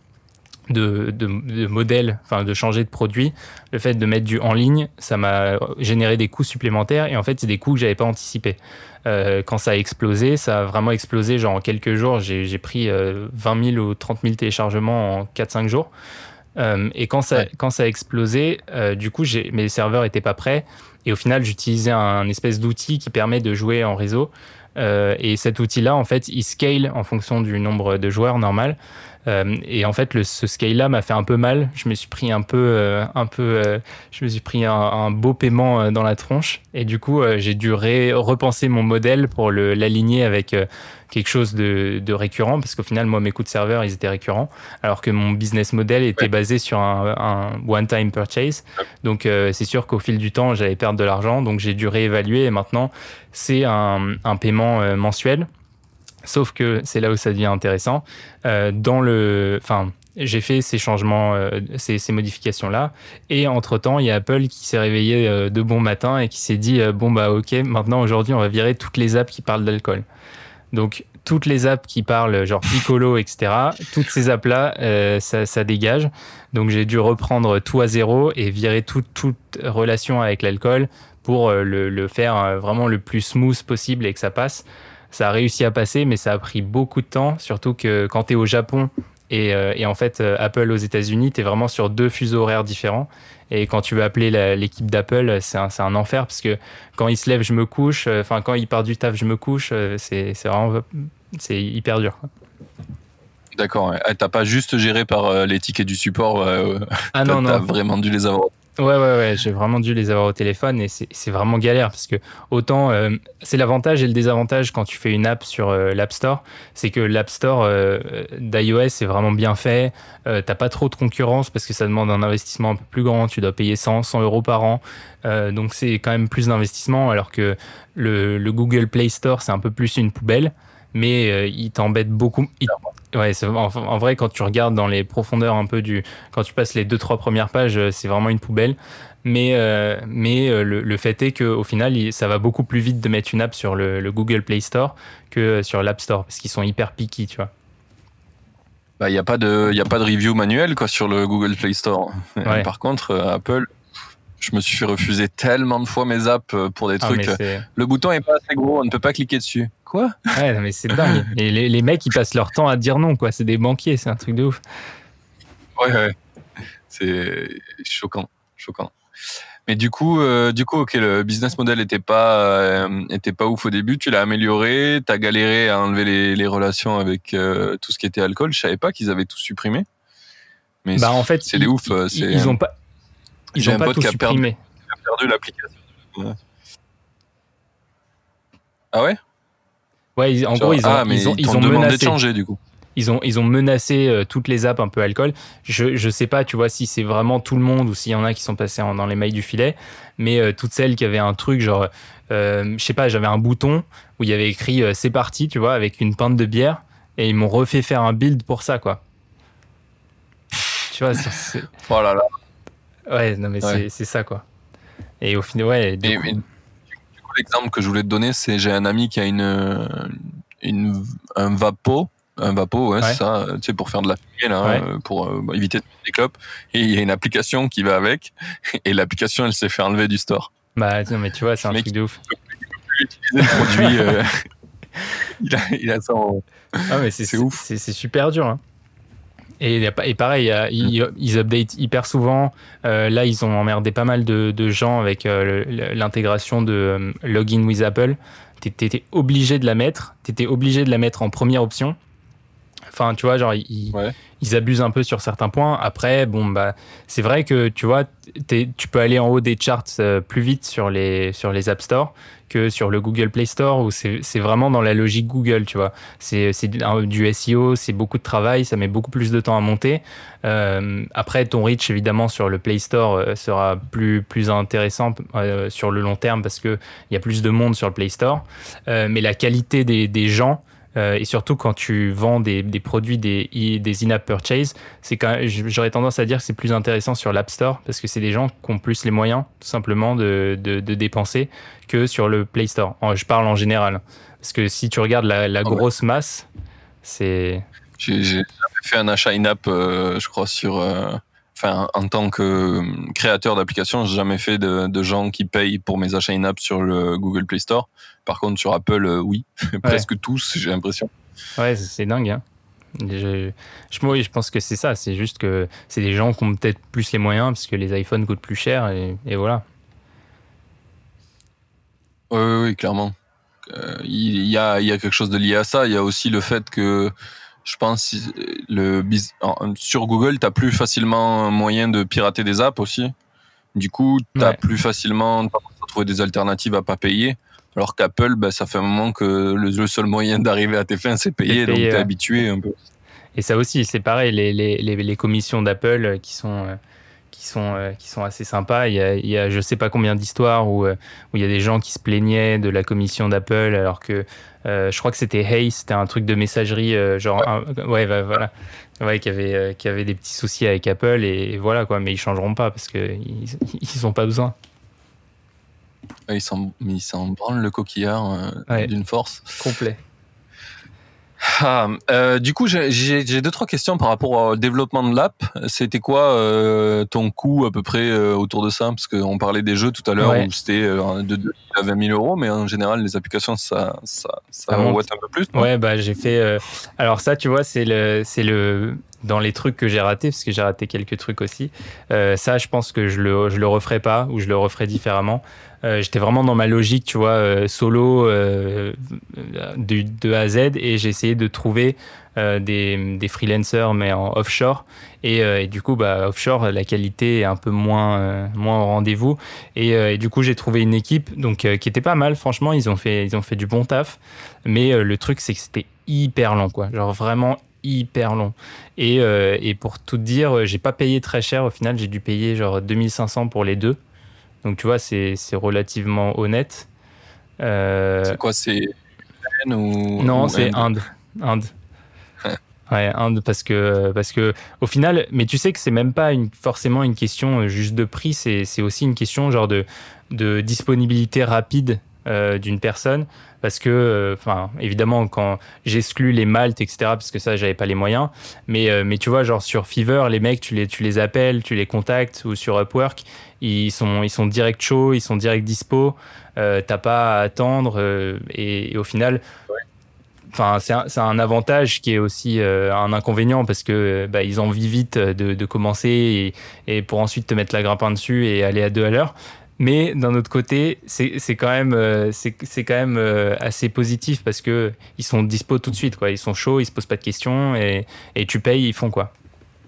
De, de, de modèle, enfin de changer de produit, le fait de mettre du en ligne, ça m'a généré des coûts supplémentaires et en fait c'est des coûts que j'avais pas anticipés. Euh, quand ça a explosé, ça a vraiment explosé, genre en quelques jours, j'ai, j'ai pris euh, vingt mille ou trente mille téléchargements en quatre cinq jours. Euh, et quand ça, ouais. quand ça a explosé, euh, du coup j'ai, mes serveurs étaient pas prêts et au final j'utilisais un espèce d'outil qui permet de jouer en réseau. Euh, et cet outil-là, en fait, il scale en fonction du nombre de joueurs normal. Euh, et en fait, le, ce scale-là m'a fait un peu mal. Je me suis pris un peu, euh, un peu, euh, je me suis pris un, un beau paiement euh, dans la tronche. Et du coup, euh, j'ai dû ré- repenser mon modèle pour le, l'aligner avec euh, quelque chose de, de récurrent, parce qu'au final, moi, mes coûts de serveur, ils étaient récurrents, alors que mon business model était ouais. basé sur un, un one-time purchase. Donc, euh, c'est sûr qu'au fil du temps, j'allais perdre de l'argent. Donc, j'ai dû réévaluer. Et maintenant, c'est un, un paiement euh, mensuel. Sauf que c'est là où ça devient intéressant. Euh, dans le, enfin, j'ai fait ces changements, euh, ces, ces modifications-là, et entre-temps, il y a Apple qui s'est réveillé euh, de bon matin et qui s'est dit euh, bon bah ok, maintenant aujourd'hui, on va virer toutes les apps qui parlent d'alcool. Donc toutes les apps qui parlent genre Piccolo, et cetera. Toutes ces apps-là, euh, ça, ça dégage. Donc j'ai dû reprendre tout à zéro et virer toute toute relation avec l'alcool pour euh, le, le faire euh, vraiment le plus smooth possible et que ça passe. Ça a réussi à passer, mais ça a pris beaucoup de temps, surtout que quand tu es au Japon et, euh, et en fait euh, Apple aux États-Unis, tu es vraiment sur deux fuseaux horaires différents. Et quand tu veux appeler la, l'équipe d'Apple, c'est un, c'est un enfer parce que quand ils se lèvent, je me couche. Enfin, euh, quand ils partent du taf, je me couche. Euh, c'est, c'est vraiment c'est hyper dur. D'accord. Ouais. T'as pas juste géré par euh, les tickets du support. Euh, ah non, t'as non. vraiment dû les avoir. Ouais, ouais, ouais, j'ai vraiment dû les avoir au téléphone et c'est, c'est vraiment galère parce que autant, euh, c'est l'avantage et le désavantage quand tu fais une app sur euh, l'App Store, c'est que l'App Store euh, d'iOS est vraiment bien fait, euh, t'as pas trop de concurrence parce que ça demande un investissement un peu plus grand, tu dois payer cent euros par an, euh, donc c'est quand même plus d'investissement alors que le, le Google Play Store c'est un peu plus une poubelle, mais euh, il t'embête beaucoup. Il, Ouais, c'est, en, en vrai, quand tu regardes dans les profondeurs un peu du, quand tu passes les deux trois premières pages, c'est vraiment une poubelle. Mais euh, mais euh, le, le fait est qu'au final, il, ça va beaucoup plus vite de mettre une app sur le, le Google Play Store que sur l'App Store parce qu'ils sont hyper picky, tu vois. Bah, il y a pas de, il y a pas de review manuel quoi sur le Google Play Store. Ouais. Par contre, euh, Apple. Je me suis fait refuser tellement de fois mes apps pour des trucs. Ah, le bouton est pas assez gros, on ne peut pas cliquer dessus. Quoi ? Ouais, non, mais c'est dingue. Et les, les mecs, ils passent leur temps à dire non, quoi. C'est des banquiers, c'est un truc de ouf. Ouais, ouais. C'est choquant, choquant. Mais du coup, euh, du coup, ok, le business model était pas, euh, était pas ouf au début. Tu l'as amélioré, t'as galéré à enlever les, les relations avec euh, tout ce qui était alcool. Je savais pas qu'ils avaient tout supprimé. Mais bah en fait, c'est ils, des ouf. Ils, c'est... ils ont pas. Ils J'ai ont un pas pote tout qui a, supprimé. perdu, qui a perdu l'application. Ouais. Ah ouais ? Ouais, ils, en Genre, gros, ils ont, ah, mais ils ont, ils, ils t'ont ont demandé menacé. de changer du coup. Ils ont, ils ont menacé euh, toutes les apps un peu alcool. Je, je sais pas, tu vois, si c'est vraiment tout le monde ou s'il y en a qui sont passés en, dans les mailles du filet, mais euh, toutes celles qui avaient un truc genre, euh, je sais pas, j'avais un bouton où il y avait écrit euh, c'est parti, tu vois, avec une pinte de bière, et ils m'ont refait faire un build pour ça, quoi. Tu vois, c'est, c'est... Oh là là. Ouais, non mais ouais. c'est, c'est ça, quoi. Et au final, ouais. Du et, coup... et, du coup, l'exemple que je voulais te donner, c'est j'ai un ami qui a une, une un vapo. Un vapo, ouais, ouais. c'est ça, tu sais, pour faire de la fumée, là, ouais. euh, pour euh, bah, éviter de faire des clopes. Et il y a une application qui va avec, et l'application, elle s'est fait enlever du store. Bah, non, mais tu vois, c'est un truc de ouf. Il ne peut plus utiliser le produit. euh, il, a, il a ça en... Ah, mais c'est, c'est, c'est ouf. C'est, c'est super dur, hein. Et, et pareil, ils, ils updatent hyper souvent. Euh, là, ils ont emmerdé pas mal de, de gens avec euh, l'intégration de euh, Login with Apple. T'étais obligé de la mettre. T'étais obligé de la mettre en première option. Enfin, tu vois, genre, ils, ouais. ils abusent un peu sur certains points. Après, bon, bah, c'est vrai que tu vois, tu peux aller en haut des charts euh, plus vite sur les, sur les App Store que sur le Google Play Store, où c'est vraiment dans la logique Google, tu vois. C'est du S E O, c'est beaucoup de travail, ça met beaucoup plus de temps à monter. Euh, après, ton reach, évidemment, sur le Play Store euh, sera plus, plus intéressant euh, sur le long terme parce qu'il y a plus de monde sur le Play Store. Euh, mais la qualité des, des gens, Euh, et surtout quand tu vends des, des produits, des, des in-app purchase, c'est quand même, j'aurais tendance à dire que c'est plus intéressant sur l'App Store parce que c'est des gens qui ont plus les moyens tout simplement de, de, de dépenser que sur le Play Store. Je parle en général. Parce que si tu regardes la, la grosse masse, c'est... J'ai jamais fait un achat in-app, euh, je crois, sur... Euh... Enfin, en tant que créateur d'applications, j'ai jamais fait de, de gens qui payent pour mes achats in-app sur le Google Play Store. Par contre, sur Apple, euh, oui, presque ouais. tous, j'ai l'impression. Ouais, c'est dingue. Hein. Je, je, oui, je pense que c'est ça. C'est juste que c'est des gens qui ont peut-être plus les moyens parce que les iPhones coûtent plus cher et, et voilà. Oui, oui, oui clairement. Euh, il y a, il y a quelque chose de lié à ça. Il y a aussi le fait que je pense le sur Google, tu as plus facilement moyen de pirater des apps aussi. Du coup, tu as ouais. plus facilement trouver des alternatives à pas payer. Alors qu'Apple, bah, ça fait un moment que le, le seul moyen d'arriver à tes fins, c'est payer, payer donc tu es ouais. habitué un peu. Et ça aussi, c'est pareil, les, les, les, les commissions d'Apple qui sont, qui, sont, qui sont assez sympas. Il y a, il y a je sais pas combien d'histoires où, où il y a des gens qui se plaignaient de la commission d'Apple alors que Euh, je crois que c'était Hey, c'était un truc de messagerie, euh, genre, ouais, un, ouais bah, voilà, ouais, qui avait, euh, qui avait des petits soucis avec Apple et, et voilà quoi, mais ils changeront pas parce que ils, ils ont pas besoin. Ouais, ils s'en, mais ils s'en branlent le coquillard euh, ouais. d'une force. Complet. Ah, euh, du coup, j'ai, j'ai, j'ai deux trois questions par rapport au développement de l'app. C'était quoi euh, ton coût à peu près euh, autour de ça? Parce qu'on parlait des jeux tout à l'heure ouais. où c'était euh, de deux mille à vingt mille euros, mais en général, les applications, ça, ça, ça, ça monte un peu plus. Non ouais, bah j'ai fait. Euh... Alors ça, tu vois, c'est le, c'est le dans les trucs que j'ai ratés, parce que j'ai raté quelques trucs aussi. Euh, ça, je pense que je le, je le referai pas ou je le referai différemment. Euh, j'étais vraiment dans ma logique, tu vois, euh, solo euh, de, de A à Z et j'ai essayé de trouver euh, des, des freelancers mais en offshore et, euh, et du coup bah offshore la qualité est un peu moins euh, moins au rendez-vous et, euh, et du coup j'ai trouvé une équipe donc euh, qui était pas mal franchement ils ont fait ils ont fait du bon taf mais euh, le truc c'est que c'était hyper long quoi genre vraiment hyper long et, euh, et pour tout te dire j'ai pas payé très cher au final j'ai dû payer genre deux mille cinq cents pour les deux. Donc, tu vois, c'est, c'est relativement honnête. Euh... C'est quoi, c'est ou Non, ou c'est Inde. Inde. Ouais. ouais, Inde, parce que, parce que, au final, mais tu sais que c'est même pas une, forcément une question juste de prix, c'est, c'est aussi une question genre de, de disponibilité rapide euh, d'une personne. Parce que, enfin, euh, évidemment, quand j'exclus les Maltes, et cetera, parce que ça, j'avais pas les moyens. Mais, euh, mais tu vois, genre sur Fiverr, les mecs, tu les, tu les appelles, tu les contactes, ou sur Upwork, ils sont, ils sont direct chauds, ils sont direct dispo. Euh, t'as pas à attendre. Euh, et, et au final, enfin, c'est un, c'est un avantage qui est aussi euh, un inconvénient parce que bah, ils ont envie vite de, de commencer et, et pour ensuite te mettre la grappin dessus et aller à deux à l'heure. Mais d'un autre côté, c'est, c'est quand même, euh, c'est, c'est quand même euh, assez positif parce que ils sont dispo tout de suite, quoi. Ils sont chauds, ils se posent pas de questions et, et tu payes, ils font quoi.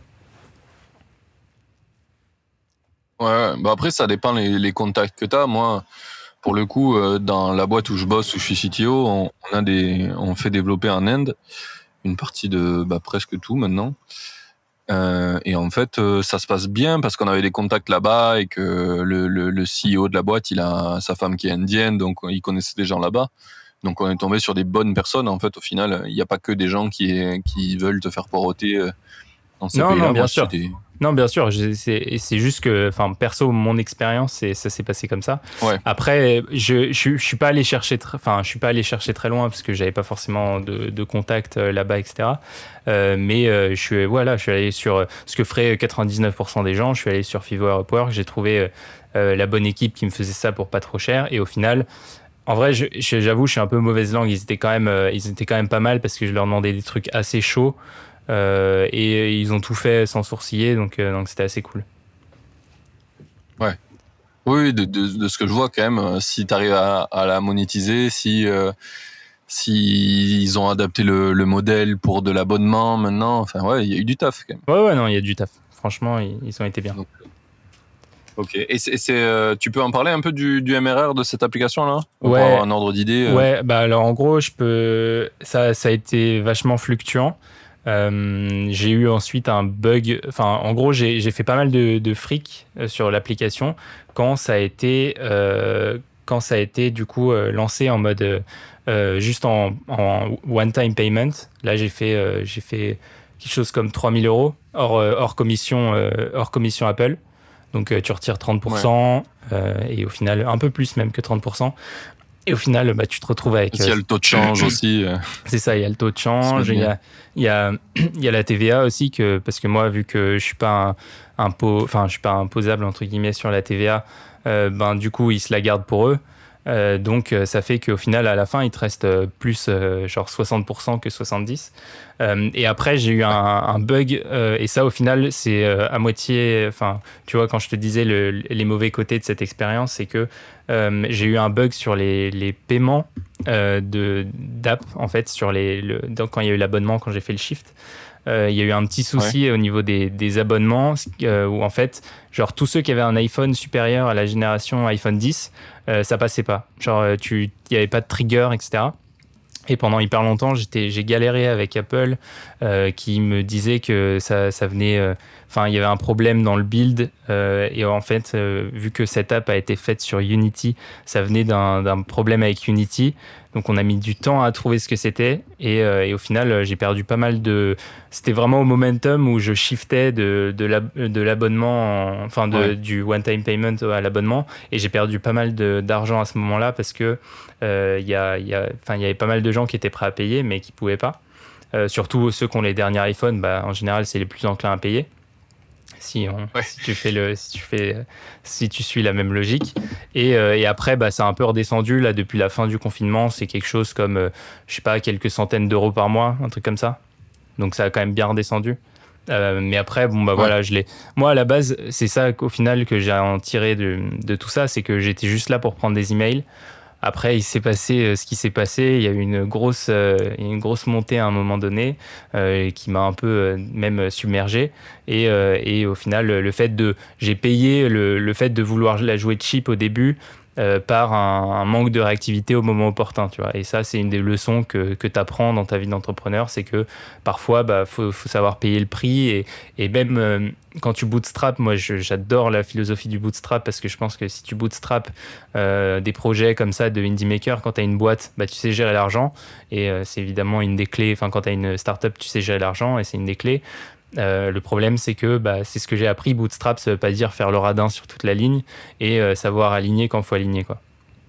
Ouais, bah après ça dépend les, les contacts que t'as. Moi, pour le coup, euh, dans la boîte où je bosse, où je suis C T O, on, on a des, on fait développer en Inde une partie de bah, presque tout maintenant. Euh, et en fait, euh, ça se passe bien parce qu'on avait des contacts là-bas et que le, le, le C E O de la boîte, il a sa femme qui est indienne, donc il connaissait des gens là-bas. Donc on est tombé sur des bonnes personnes. En fait, au final, il n'y a pas que des gens qui, qui veulent te faire poroter euh, dans ces non, pays-là. Non, bien Moi, sûr. Des... Non, bien sûr. C'est, c'est juste que, enfin, perso, mon expérience, c'est, ça s'est passé comme ça. Ouais. Après, je, je, je suis pas allé chercher, enfin, je suis pas allé chercher très loin parce que j'avais pas forcément de, de contact là-bas, et cetera. Euh, mais euh, je suis, voilà, je suis allé sur ce que feraient quatre-vingt-dix-neuf pour cent des gens. Je suis allé sur Fiverr, Upwork. J'ai trouvé euh, la bonne équipe qui me faisait ça pour pas trop cher. Et au final, en vrai, je, je, j'avoue, je suis un peu mauvaise langue. Ils étaient quand même, euh, ils étaient quand même pas mal parce que je leur demandais des trucs assez chauds. Euh, et ils ont tout fait sans sourciller, donc, euh, donc c'était assez cool. Ouais. Oui, de, de, de ce que je vois quand même, si tu arrives à, à la monétiser, si, euh, s'ils ont adapté le, le modèle pour de l'abonnement maintenant. Enfin, ouais, il y a eu du taf quand même. Ouais, ouais, non, il y a du taf. Franchement, ils, ils ont été bien. Donc, ok. Et c'est, c'est, euh, tu peux en parler un peu du, du M R R de cette application-là, Ouais. pour avoir un ordre d'idée. euh. Ouais, bah alors en gros, je peux. Ça, ça a été vachement fluctuant. Euh, j'ai eu ensuite un bug. Enfin, en gros, j'ai, j'ai fait pas mal de, de fric euh, sur l'application quand ça a été, euh, quand ça a été du coup euh, lancé en mode euh, euh, juste en, en one-time payment. Là, j'ai fait, euh, j'ai fait quelque chose comme trois mille euros hors, euh, hors commission, euh, hors commission Apple. Donc, euh, tu retires trente pour cent ouais. euh, et au final, un peu plus même que trente pour cent. Et au final, bah, tu te retrouves avec... Il y a le taux de change aussi. Euh... C'est ça, il y a le taux de change, il y a, il y, a, il y a la T V A aussi, que, parce que moi, vu que je suis pas un, un pot, enfin, je suis pas imposable, entre guillemets, sur la T V A, euh, ben, du coup, ils se la gardent pour eux. Euh, donc, ça fait qu'au final, à la fin, il te reste plus euh, genre soixante pour cent que soixante-dix pour cent. Euh, et après, j'ai eu un, un bug. Euh, et ça, au final, c'est euh, à moitié... Enfin, tu vois, quand je te disais le, les mauvais côtés de cette expérience, c'est que euh, j'ai eu un bug sur les, les paiements euh, de, d'app, en fait, sur les, le, donc, quand il y a eu l'abonnement, quand j'ai fait le shift. Euh, il y a eu un petit souci ouais. au niveau des, des abonnements euh, où en fait, genre tous ceux qui avaient un iPhone supérieur à la génération iPhone dix, euh, ça passait pas. Genre, tu, il y avait pas de trigger, et cetera. Et pendant hyper longtemps, j'étais, j'ai galéré avec Apple euh, qui me disait que ça, ça venait... Enfin, euh, il y avait un problème dans le build. Euh, et en fait, euh, vu que cette app a été faite sur Unity, ça venait d'un, d'un problème avec Unity. Donc, on a mis du temps à trouver ce que c'était. Et, euh, et au final, j'ai perdu pas mal de... C'était vraiment au momentum où je shiftais de, de, l'ab... de l'abonnement, en... enfin de, ouais. du one-time payment à l'abonnement. Et j'ai perdu pas mal de, d'argent à ce moment-là parce que euh, y a, y a... enfin, il y avait pas mal de gens qui étaient prêts à payer, mais qui ne pouvaient pas. Euh, surtout ceux qui ont les derniers iPhones, bah, en général, c'est les plus enclins à payer. Si, on, ouais. si tu fais le, si tu fais, si tu suis la même logique. Et, euh, et après, bah, c'est un peu redescendu là depuis la fin du confinement. C'est quelque chose comme, euh, je sais pas, quelques centaines d'euros par mois, un truc comme ça. Donc ça a quand même bien redescendu. Euh, mais après, bon bah ouais. voilà, je l'ai. Moi à la base, c'est ça qu'au final que j'ai en tiré de, de tout ça, c'est que j'étais juste là pour prendre des emails. Après, il s'est passé ce qui s'est passé. Il y a eu une grosse, euh, une grosse montée à un moment donné euh, qui m'a un peu euh, même submergé. Et, euh, et au final, le fait de, j'ai payé le, le fait de vouloir la jouer cheap au début euh, par un, un manque de réactivité au moment opportun. Tu vois. Et ça, c'est une des leçons que, que tu apprends dans ta vie d'entrepreneur, c'est que parfois, bah, faut, faut savoir payer le prix. Et, et même euh, quand tu bootstrap, moi, je, j'adore la philosophie du bootstrap parce que je pense que si tu bootstrap euh, des projets comme ça de indie maker, quand tu as une boîte, bah, tu sais gérer l'argent. Et euh, c'est évidemment une des clés. Enfin, quand tu as une startup, tu sais gérer l'argent et c'est une des clés. Euh, le problème, c'est que bah, c'est ce que j'ai appris. Bootstrap, ça veut pas dire faire le radin sur toute la ligne et euh, savoir aligner quand il faut aligner, quoi.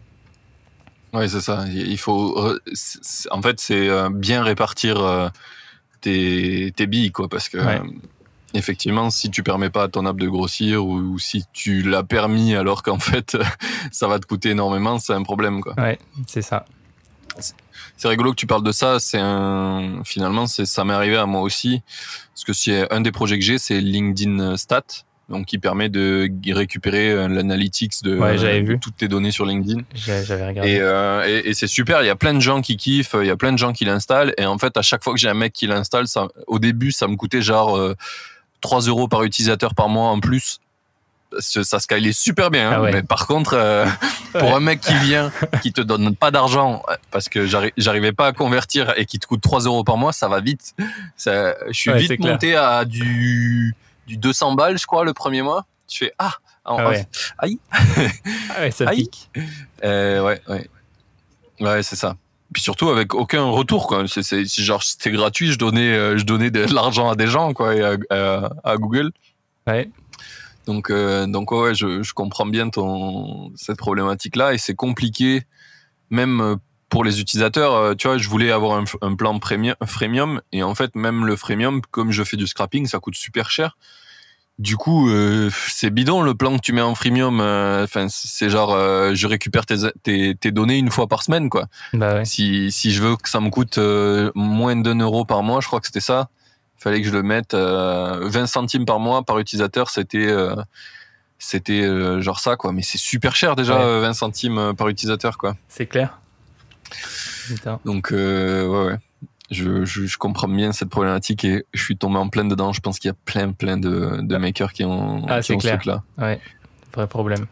Oui, c'est ça. Il faut, c'est, en fait, c'est bien répartir euh, tes, tes billes, quoi, parce que ouais. euh, effectivement, si tu permets pas à ton app de grossir ou, ou si tu l'as permis alors qu'en fait ça va te coûter énormément, c'est un problème, quoi. Ouais, c'est ça. C'est, c'est rigolo que tu parles de ça. C'est un, finalement, c'est, ça m'est arrivé à moi aussi, parce que c'est un des projets que j'ai, c'est LinkedIn Stat, donc qui permet de récupérer l'analytics de, ouais, j'avais de vu. toutes tes données sur LinkedIn. J'avais regardé. Et, euh, et, et c'est super. Il y a plein de gens qui kiffent, il y a plein de gens qui l'installent. Et en fait, à chaque fois que j'ai un mec qui l'installe, ça, au début, ça me coûtait genre euh, trois euros par utilisateur par mois en plus. Ça scalait super bien, hein, ah ouais. Mais par contre, euh, pour ouais. un mec qui vient, qui te donne pas d'argent parce que j'arrivais pas à convertir et qui te coûte trois euros par mois, ça va vite. Ça, je suis ouais, vite monté à du, du deux cents balles, je crois, le premier mois. Je fais ah, en, ah ouais. aïe, ah ouais, ça aïe. pique. Euh, ouais, ouais, ouais, c'est ça. Puis surtout avec aucun retour, quoi. C'est, c'est, c'est genre c'était gratuit, je donnais, je donnais de l'argent à des gens, quoi, et à, à, à Google. Ouais. Donc, euh, donc ouais, je, je comprends bien ton, cette problématique-là et c'est compliqué, même pour les utilisateurs. Tu vois, je voulais avoir un, un plan premium, freemium et en fait, même le freemium, comme je fais du scrapping, ça coûte super cher. Du coup, euh, c'est bidon le plan que tu mets en freemium. Enfin, euh, c'est genre, euh, je récupère tes, tes, tes données une fois par semaine, quoi. Bah ouais. Si, si je veux que ça me coûte euh, moins d'un euro par mois, je crois que c'était ça. Il fallait que je le mette euh, vingt centimes par mois par utilisateur, c'était euh, c'était euh, genre ça, quoi. Mais c'est super cher déjà, ouais. vingt centimes par utilisateur, quoi. C'est clair. Putain. Donc, euh, ouais, ouais. Je, je, je comprends bien cette problématique et je suis tombé en plein dedans. Je pense qu'il y a plein, plein de, de makers qui ont, Ah, qui c'est ont clair. ce truc-là. Ouais, vrai problème.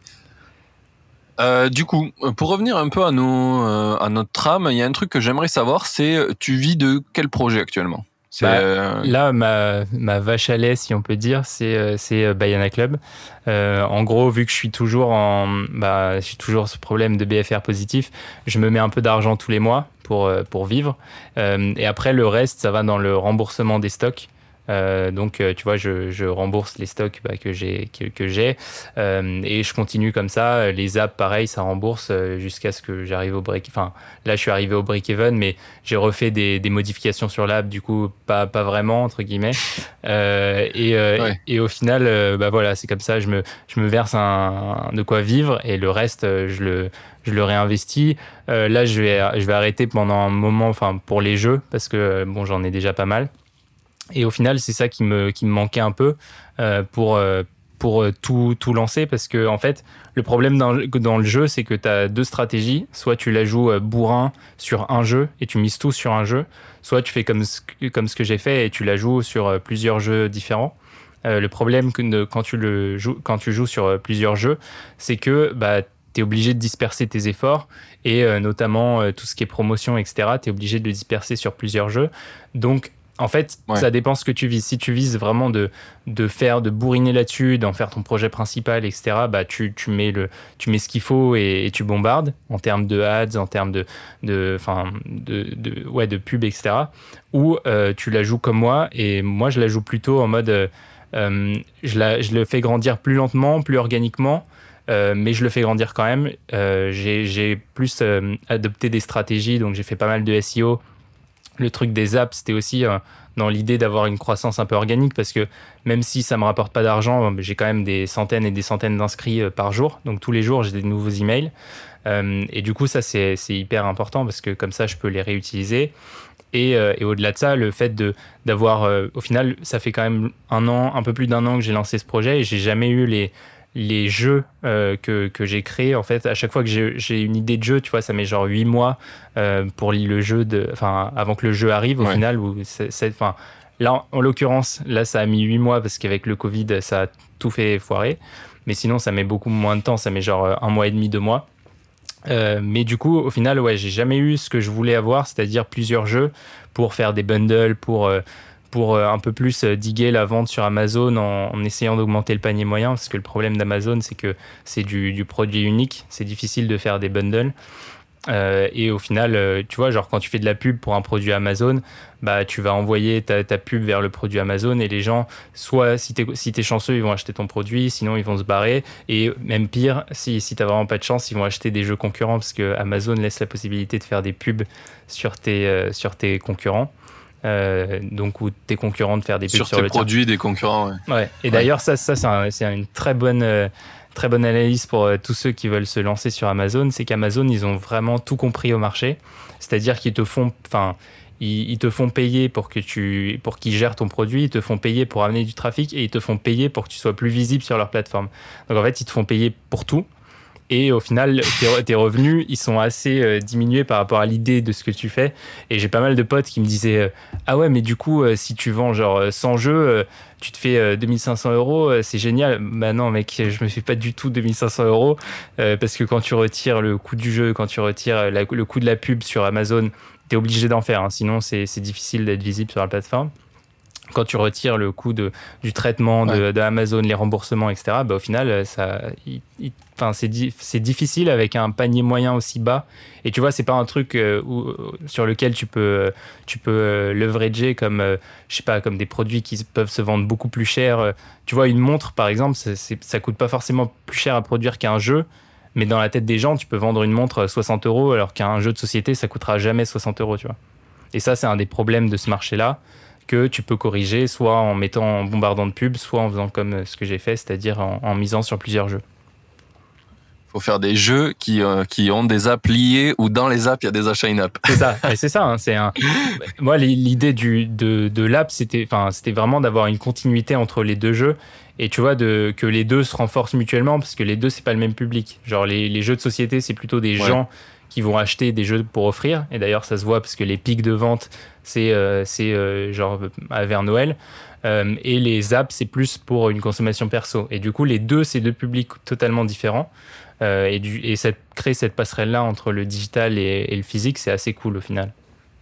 Euh, du coup, pour revenir un peu à, nos, euh, à notre trame, il y a un truc que j'aimerais savoir, c'est tu vis de quel projet actuellement? C'est, Bah, euh, là, ma, ma vache à lait, si on peut dire, c'est euh, c'est euh, Bayana Club. Euh, en gros, vu que je suis toujours en, bah, j'ai toujours ce problème de B F R positif, je me mets un peu d'argent tous les mois pour euh, pour vivre. Euh, et après, le reste, ça va dans le remboursement des stocks. Euh, donc, euh, tu vois, je, je rembourse les stocks bah, que j'ai que, que j'ai euh, et je continue comme ça. Les apps, pareil, ça rembourse euh, jusqu'à ce que j'arrive au break. Enfin, là, je suis arrivé au break-even, mais j'ai refait des, des modifications sur l'app, du coup, pas, pas vraiment, entre guillemets. Euh, et, euh, Ouais. et au final, euh, bah voilà, c'est comme ça, je me, je me verse un, de quoi vivre et le reste, euh, je le, je le réinvestis. Euh, là, je vais, je vais arrêter pendant un moment, enfin, pour les jeux, parce que bon, j'en ai déjà pas mal. Et au final, c'est ça qui me, qui me manquait un peu euh, pour, euh, pour tout, tout lancer. Parce que, en fait, le problème dans, dans le jeu, c'est que tu as deux stratégies. Soit tu la joues bourrin sur un jeu et tu mises tout sur un jeu. Soit tu fais comme ce, comme ce que j'ai fait et tu la joues sur plusieurs jeux différents. Euh, le problème que de, quand, tu le joues, quand tu joues sur plusieurs jeux, c'est que bah, tu es obligé de disperser tes efforts. Et euh, notamment, euh, tout ce qui est promotion, et cetera, tu es obligé de le disperser sur plusieurs jeux. Donc, en fait, ouais. Ça dépend ce que tu vises. Si tu vises vraiment de, de faire, de bourriner là-dessus, d'en faire ton projet principal, et cetera, bah, tu, tu, mets le, tu mets ce qu'il faut et, et tu bombardes en termes de ads, en termes de, de, de, de, ouais, de pub, et cetera. Ou euh, tu la joues comme moi. Et moi, je la joue plutôt en mode... Euh, euh, je, la, je le fais grandir plus lentement, plus organiquement. Euh, mais je le fais grandir quand même. Euh, j'ai, j'ai plus euh, adopté des stratégies, donc j'ai fait pas mal de S E O. Le truc des apps, c'était aussi euh, dans l'idée d'avoir une croissance un peu organique parce que même si ça me rapporte pas d'argent, j'ai quand même des centaines et des centaines d'inscrits euh, par jour. Donc tous les jours, j'ai des nouveaux emails. Euh, et du coup, ça, c'est, c'est hyper important parce que comme ça, je peux les réutiliser. Et, euh, et au-delà de ça, le fait de, d'avoir... Euh, au final, ça fait quand même un an, un peu plus d'un an que j'ai lancé ce projet et j'ai jamais eu les... les jeux euh, que, que j'ai créés, en fait, à chaque fois que j'ai, j'ai une idée de jeu, tu vois, ça met genre huit mois euh, pour le jeu, de, enfin, avant que le jeu arrive, au ouais. final, où c'est, c'est, enfin, là, en, en l'occurrence, là, ça a mis huit mois parce qu'avec le Covid, ça a tout fait foirer. Mais sinon, ça met beaucoup moins de temps, ça met genre un mois et demi, deux mois. Euh, mais du coup, au final, ouais, j'ai jamais eu ce que je voulais avoir, c'est-à-dire plusieurs jeux pour faire des bundles, pour... Euh, pour un peu plus diguer la vente sur Amazon en, en essayant d'augmenter le panier moyen, parce que le problème d'Amazon, c'est que c'est du, du produit unique, c'est difficile de faire des bundles. Euh, et au final, euh, tu vois, genre quand tu fais de la pub pour un produit Amazon, bah, tu vas envoyer ta, ta pub vers le produit Amazon et les gens, soit si t'es, si t'es chanceux, ils vont acheter ton produit, sinon ils vont se barrer. Et même pire, si, si t'as vraiment pas de chance, ils vont acheter des jeux concurrents, parce que Amazon laisse la possibilité de faire des pubs sur tes, euh, sur tes concurrents. Euh, donc où tes concurrents de faire des pubs sur, sur tes le produits tien. Des concurrents ouais. Ouais. Et ouais. D'ailleurs ça, ça c'est, un, c'est une très bonne euh, très bonne analyse pour euh, tous ceux qui veulent se lancer sur Amazon, c'est qu'Amazon ils ont vraiment tout compris au marché, c'est-à-dire qu'ils te font enfin ils, ils te font payer pour que tu pour qu'ils gèrent ton produit, ils te font payer pour amener du trafic et ils te font payer pour que tu sois plus visible sur leur plateforme. Donc en fait ils te font payer pour tout. Et au final, tes, tes revenus, ils sont assez euh, diminués par rapport à l'idée de ce que tu fais. Et j'ai pas mal de potes qui me disaient euh, « Ah ouais, mais du coup, euh, si tu vends genre cent jeux, euh, tu te fais euh, deux mille cinq cents euros, euh, c'est génial. » Bah non, mec, je me fais pas du tout deux mille cinq cents euros. Euh, parce que quand tu retires le coût du jeu, quand tu retires la, le coût de la pub sur Amazon, t'es obligé d'en faire. Hein, sinon, c'est, c'est difficile d'être visible sur la plateforme. Quand tu retires le coût de, du traitement de, ouais. de Amazon, les remboursements, et cetera, bah au final, ça, il, il, c'est, di, c'est difficile avec un panier moyen aussi bas. Et tu vois, c'est pas un truc euh, où, sur lequel tu peux, tu peux euh, leverager comme, euh, je sais pas, comme des produits qui peuvent se vendre beaucoup plus cher. Tu vois, une montre, par exemple, c'est, c'est, ça coûte pas forcément plus cher à produire qu'un jeu. Mais dans la tête des gens, tu peux vendre une montre soixante euros, alors qu'un jeu de société, ça coûtera jamais soixante euros, tu vois. Et ça, c'est un des problèmes de ce marché-là, que tu peux corriger soit en mettant en bombardant de pubs, soit en faisant comme ce que j'ai fait, c'est-à-dire en, en misant sur plusieurs jeux. Il faut faire des jeux qui, euh, qui ont des apps liées ou dans les apps, il y a des achats in-app. C'est ça, c'est ça. Hein, c'est un... Moi, l'idée du, de, de l'app, c'était, c'était vraiment d'avoir une continuité entre les deux jeux et tu vois, de, que les deux se renforcent mutuellement parce que les deux, c'est pas le même public. Genre, les, les jeux de société, c'est plutôt des ouais. gens qui vont acheter des jeux pour offrir. Et d'ailleurs, ça se voit parce que les pics de vente, c'est, euh, c'est euh, genre vers Noël. Euh, et les apps, c'est plus pour une consommation perso. Et du coup, les deux, c'est deux publics totalement différents. Euh, et du, et cette, créer cette passerelle-là entre le digital et, et le physique, c'est assez cool au final.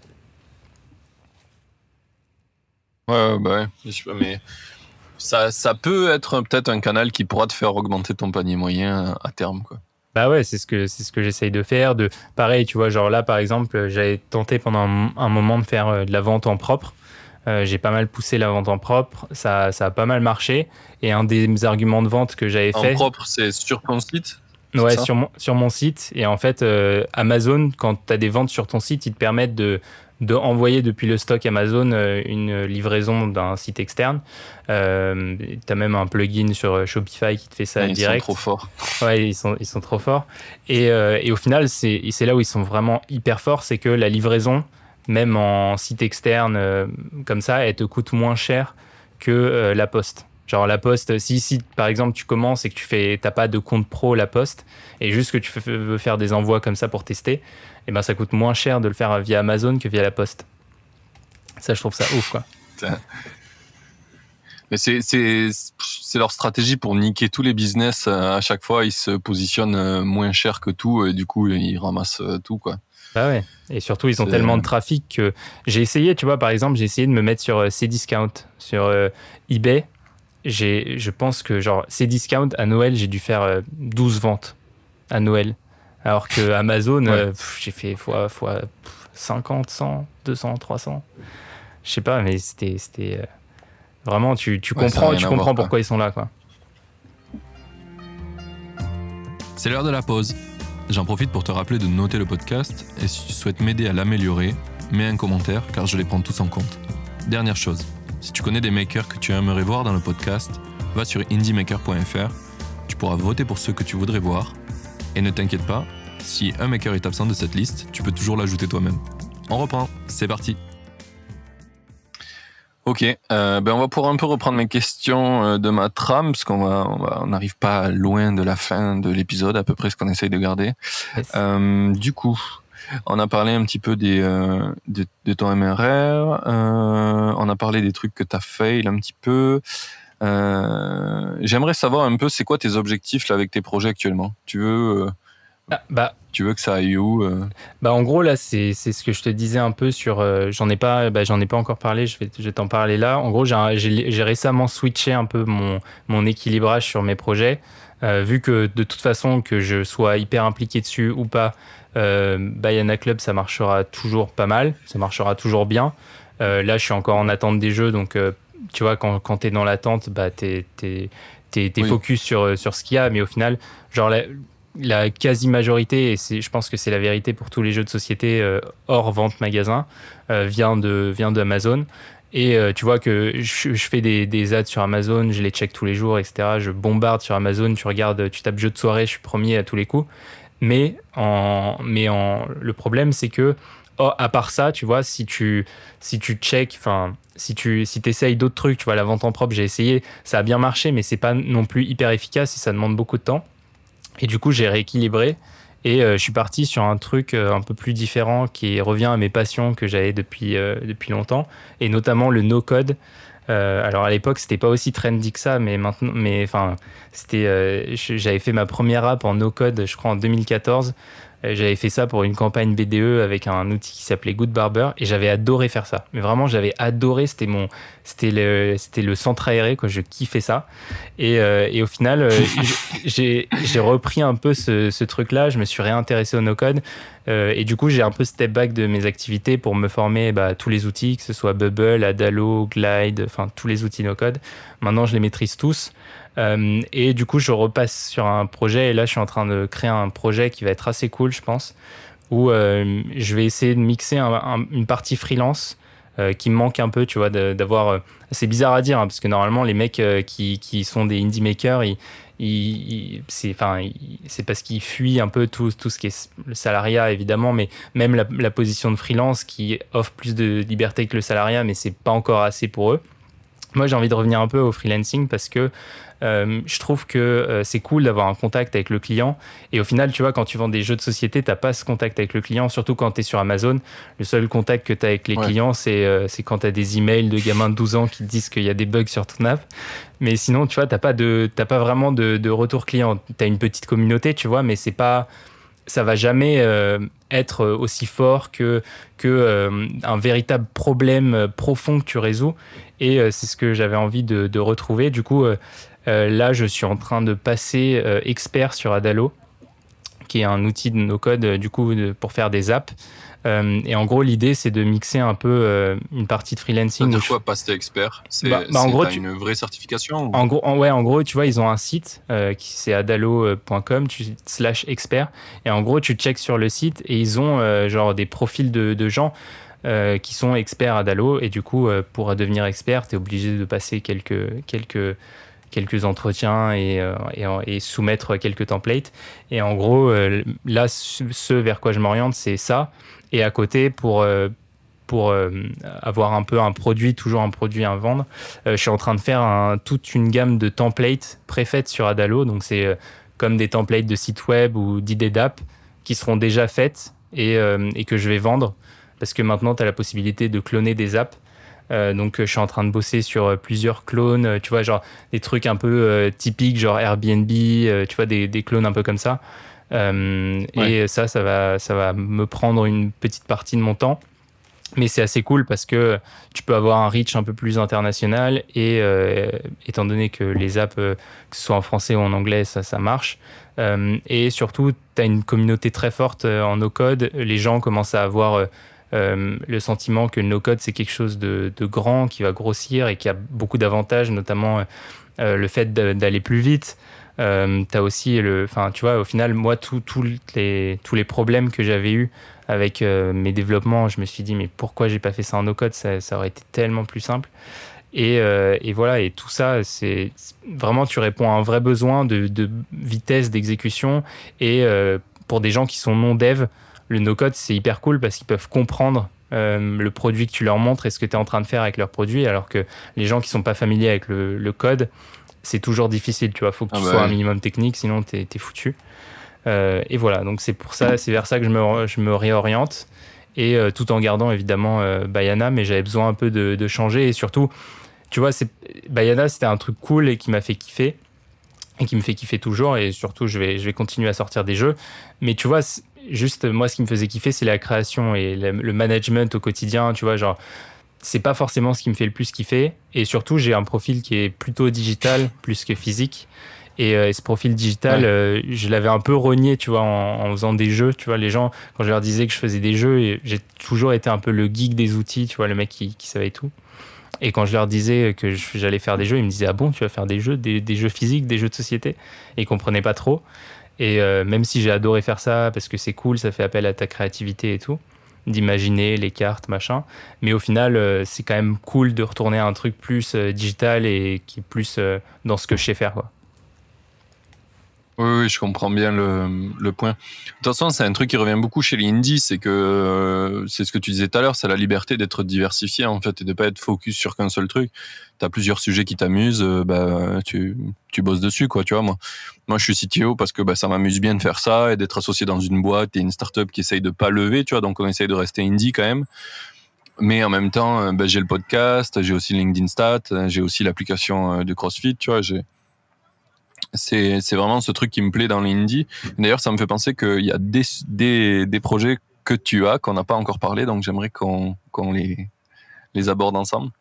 Ouais, ouais, bah ouais. Je sais pas, mais ça, ça peut être peut-être un canal qui pourra te faire augmenter ton panier moyen à terme, quoi. Bah ouais, c'est ce que c'est ce que j'essaye de faire. De pareil, tu vois, genre là par exemple, j'avais tenté pendant un, un moment de faire de la vente en propre. Euh, j'ai pas mal poussé la vente en propre, ça ça a pas mal marché. Et un des arguments de vente que j'avais En fait, propre, c'est sur ton site. c'est ouais, ça sur mon sur mon site. Et en fait, euh, Amazon, quand tu as des ventes sur ton site, ils te permettent de de envoyer depuis le stock Amazon euh, une livraison d'un site externe. Euh, tu as même un plugin sur Shopify qui te fait ça Ouais, ils direct. sont trop forts. Ouais, ils sont, ils sont trop forts. Et, euh, et au final, c'est, c'est là où ils sont vraiment hyper forts, c'est que la livraison, même en site externe euh, comme ça, elle te coûte moins cher que euh, la poste. Genre la poste, si, si par exemple tu commences et que tu fais, t'as pas de compte pro la poste, et juste que tu fais- veux faire des envois comme ça pour tester, et ben ça coûte moins cher de le faire via Amazon que via la poste. Ça, je trouve ça ouf, quoi. Putain. Mais c'est, c'est, c'est leur stratégie pour niquer tous les business. euh, À chaque fois, ils se positionnent euh, moins cher que tout et du coup, ils ramassent euh, tout, quoi. Bah ouais. Et surtout, ils ont C'est- tellement de trafic que j'ai essayé, tu vois, par exemple, j'ai essayé de me mettre sur euh, Cdiscount, sur euh, eBay. J'ai, je pense que genre Cdiscount à Noël, j'ai dû faire euh, douze ventes à Noël. Alors que Amazon, Ouais. euh, pff, j'ai fait fois, fois pff, cinquante, cent, deux cents, trois cents. Je sais pas, mais c'était, c'était euh, vraiment, tu, tu Ouais, ça a comprends, rien tu à comprends voir, quoi. pourquoi ils sont là, quoi. C'est l'heure de la pause. J'en profite pour te rappeler de noter le podcast et si tu souhaites m'aider à l'améliorer, mets un commentaire car je les prends tous en compte. Dernière chose, si tu connais des makers que tu aimerais voir dans le podcast, va sur indie maker point f r, tu pourras voter pour ceux que tu voudrais voir et ne t'inquiète pas, si un maker est absent de cette liste, tu peux toujours l'ajouter toi-même. On reprend, c'est parti. Ok, euh, ben on va pouvoir un peu reprendre mes questions euh, de ma trame, parce qu'on va, on va, on n'arrive pas loin de la fin de l'épisode, à peu près ce qu'on essaye de garder. Yes. Euh, du coup, on a parlé un petit peu des, euh, de, de ton M R R, euh, on a parlé des trucs que tu as fail un petit peu. Euh, j'aimerais savoir un peu, c'est quoi tes objectifs là, avec tes projets actuellement? Tu veux, euh, Ah, bah, tu veux que ça aille où euh Bah en gros là c'est c'est ce que je te disais un peu sur euh, j'en ai pas bah, j'en ai pas encore parlé, je vais je vais t'en parler là. En gros j'ai un- j'ai j'ai récemment switché un peu mon mon équilibrage sur mes projets. Euh, vu que de toute façon que je sois hyper impliqué dessus ou pas, euh, Bayana Club ça marchera toujours pas mal, ça marchera toujours bien. Euh, là je suis encore en attente des jeux, donc euh, tu vois quand quand t'es dans l'attente, bah t'es t'es t'es, t'es Oui. focus sur sur ce qu'il y a, mais au final genre la, la quasi-majorité, et c'est, je pense que c'est la vérité pour tous les jeux de société euh, hors vente magasin, euh, vient de vient d'Amazon. Et euh, tu vois que je, je fais des, des ads sur Amazon, je les check tous les jours, et cetera. Je bombarde sur Amazon, tu regardes, tu tapes jeu de soirée, je suis premier à tous les coups. Mais, en, mais en, le problème, c'est que, oh, à part ça, tu vois, si tu, si tu check, enfin, si tu si essayes d'autres trucs, tu vois, la vente en propre, j'ai essayé, ça a bien marché, mais c'est pas non plus hyper efficace et ça demande beaucoup de temps. Et du coup, j'ai rééquilibré et euh, je suis parti sur un truc euh, un peu plus différent qui revient à mes passions que j'avais depuis, euh, depuis longtemps, et notamment le no-code. Euh, alors à l'époque, c'était pas aussi trendy que ça, mais maintenant, mais enfin, c'était, euh, j'avais fait ma première app en no-code, je crois en deux mille quatorze. Euh, J'avais fait ça pour une campagne B D E avec un outil qui s'appelait Good Barber et j'avais adoré faire ça. Mais vraiment, j'avais adoré. C'était mon, c'était le, c'était le centre aéré, quoi. Je kiffais ça. Et, euh, et au final, euh, j'ai, j'ai repris un peu ce, ce truc-là. Je me suis réintéressé au no-code. Euh, et du coup, j'ai un peu step back de mes activités pour me former bah, à tous les outils, que ce soit Bubble, Adalo, Glide, enfin tous les outils no-code. Maintenant, je les maîtrise tous. Euh, et du coup, je repasse sur un projet. Et là, je suis en train de créer un projet qui va être assez cool, je pense, où euh, je vais essayer de mixer un, un, une partie freelance euh, qui me manque un peu, tu vois, de, d'avoir... Euh, c'est bizarre à dire, hein, parce que normalement, les mecs euh, qui, qui sont des indie makers, ils, ils, ils, c'est, enfin, ils, c'est parce qu'ils fuient un peu tout, tout ce qui est le salariat, évidemment, mais même la, la position de freelance qui offre plus de liberté que le salariat, mais c'est pas encore assez pour eux. moi, j'ai envie de revenir un peu au freelancing parce que euh, je trouve que euh, c'est cool d'avoir un contact avec le client. Et au final, tu vois, quand tu vends des jeux de société, tu n'as pas ce contact avec le client, surtout quand tu es sur Amazon. Le seul contact que tu as avec les ouais. clients, c'est, euh, c'est quand tu as des emails de gamins de douze ans qui te disent qu'il y a des bugs sur ton app. Mais sinon, tu vois, tu n'as pas, pas vraiment de, de retour client. Tu as une petite communauté, tu vois, mais c'est pas... ça va jamais euh, être aussi fort que, que euh, un véritable problème profond que tu résous. Et euh, c'est ce que j'avais envie de, de retrouver. Du coup, euh, euh, là, je suis en train de passer euh, expert sur Adalo, qui est un outil de no-code euh, du coup, de, pour faire des apps. Euh, et en gros, l'idée, c'est de mixer un peu euh, une partie de freelancing. Ça veut dire quoi, passer expert? C'est, bah, bah, en c'est gros, t'as tu... une vraie certification ou... en gros, en, ouais, en gros, tu vois, ils ont un site euh, qui c'est adalo point com tu, slash expert. Et en gros, tu checkes sur le site et ils ont euh, genre des profils de, de gens euh, qui sont experts Adalo. Et du coup, euh, pour devenir expert, tu es obligé de passer quelques, quelques, quelques entretiens et, euh, et, et soumettre quelques templates. Et en gros, euh, là, ce vers quoi je m'oriente, c'est ça. Et à côté, pour, euh, pour euh, avoir un peu un produit, toujours un produit à vendre, euh, je suis en train de faire un, toute une gamme de templates préfaites sur Adalo. Donc, c'est euh, comme des templates de sites web ou d'idées d'app qui seront déjà faites et, euh, et que je vais vendre. Parce que maintenant, tu as la possibilité de cloner des apps. Euh, donc, je suis en train de bosser sur plusieurs clones. Tu vois, genre des trucs un peu euh, typiques, genre Airbnb, euh, tu vois, des, des clones un peu comme ça. Euh, ouais. Et ça, ça va, ça va me prendre une petite partie de mon temps. Mais c'est assez cool parce que tu peux avoir un reach un peu plus international et euh, étant donné que les apps, euh, que ce soit en français ou en anglais, ça, ça marche. Euh, et surtout, tu as une communauté très forte en no-code. Les gens commencent à avoir euh, le sentiment que le no-code, c'est quelque chose de, de grand, qui va grossir et qui a beaucoup d'avantages, notamment euh, le fait d'aller plus vite. Euh, tu as aussi, le, enfin, tu vois, au final, moi, tout, tout les, tous les problèmes que j'avais eus avec euh, mes développements, je me suis dit, mais pourquoi j'ai pas fait ça en no-code, ça, ça aurait été tellement plus simple. Et, euh, et voilà, et tout ça, c'est vraiment, tu réponds à un vrai besoin de, de vitesse d'exécution. Et euh, pour des gens qui sont non dev, le no-code, c'est hyper cool parce qu'ils peuvent comprendre euh, le produit que tu leur montres et ce que tu es en train de faire avec leur produit, alors que les gens qui sont pas familiers avec le, le code, c'est toujours difficile, tu vois. Faut que tu ah bah sois oui. un minimum technique, sinon t'es, t'es foutu. Euh, et voilà, donc c'est pour ça, c'est vers ça que je me, je me réoriente, et euh, tout en gardant évidemment euh, Bayana, mais j'avais besoin un peu de, de changer, et surtout, tu vois, c'est, Bayana, c'était un truc cool et qui m'a fait kiffer, et qui me fait kiffer toujours, et surtout, je vais, je vais continuer à sortir des jeux. Mais tu vois, juste, moi, ce qui me faisait kiffer, c'est la création et le, le management au quotidien, tu vois, genre, c'est pas forcément ce qui me fait le plus kiffer. Et surtout, j'ai un profil qui est plutôt digital, plus que physique. Et, euh, et ce profil digital, ouais. euh, je l'avais un peu renié, tu vois, en, en faisant des jeux. Tu vois, les gens, quand je leur disais que je faisais des jeux, et j'ai toujours été un peu le geek des outils, tu vois, le mec qui, qui savait tout. Et quand je leur disais que je, j'allais faire des jeux, ils me disaient « Ah bon, tu vas faire des jeux, des, des jeux physiques, des jeux de société ?» Et ils comprenaient pas trop. Et euh, même si j'ai adoré faire ça, parce que c'est cool, ça fait appel à ta créativité et tout, d'imaginer les cartes, machin. Mais au final, euh, c'est quand même cool de retourner à un truc plus euh, digital et qui est plus euh, dans ce que je sais faire, quoi. Oui, oui, je comprends bien le, le point. De toute façon, c'est un truc qui revient beaucoup chez les indies, c'est que euh, c'est ce que tu disais tout à l'heure, c'est la liberté d'être diversifié en fait et de pas être focus sur qu'un seul truc. T'as plusieurs sujets qui t'amusent, euh, bah tu tu bosses dessus quoi, tu vois. Moi, moi, je suis C T O parce que bah ça m'amuse bien de faire ça et d'être associé dans une boîte et une startup qui essaye de pas lever, tu vois. Donc on essaye de rester indie quand même. Mais en même temps, bah, j'ai le podcast, j'ai aussi LinkedIn Stats, j'ai aussi l'application de CrossFit, tu vois. J'ai C'est, c'est vraiment ce truc qui me plaît dans l'indie. D'ailleurs, ça me fait penser qu'il y a des, des, des projets que tu as, qu'on n'a pas encore parlé, donc j'aimerais qu'on, qu'on les, les aborde ensemble.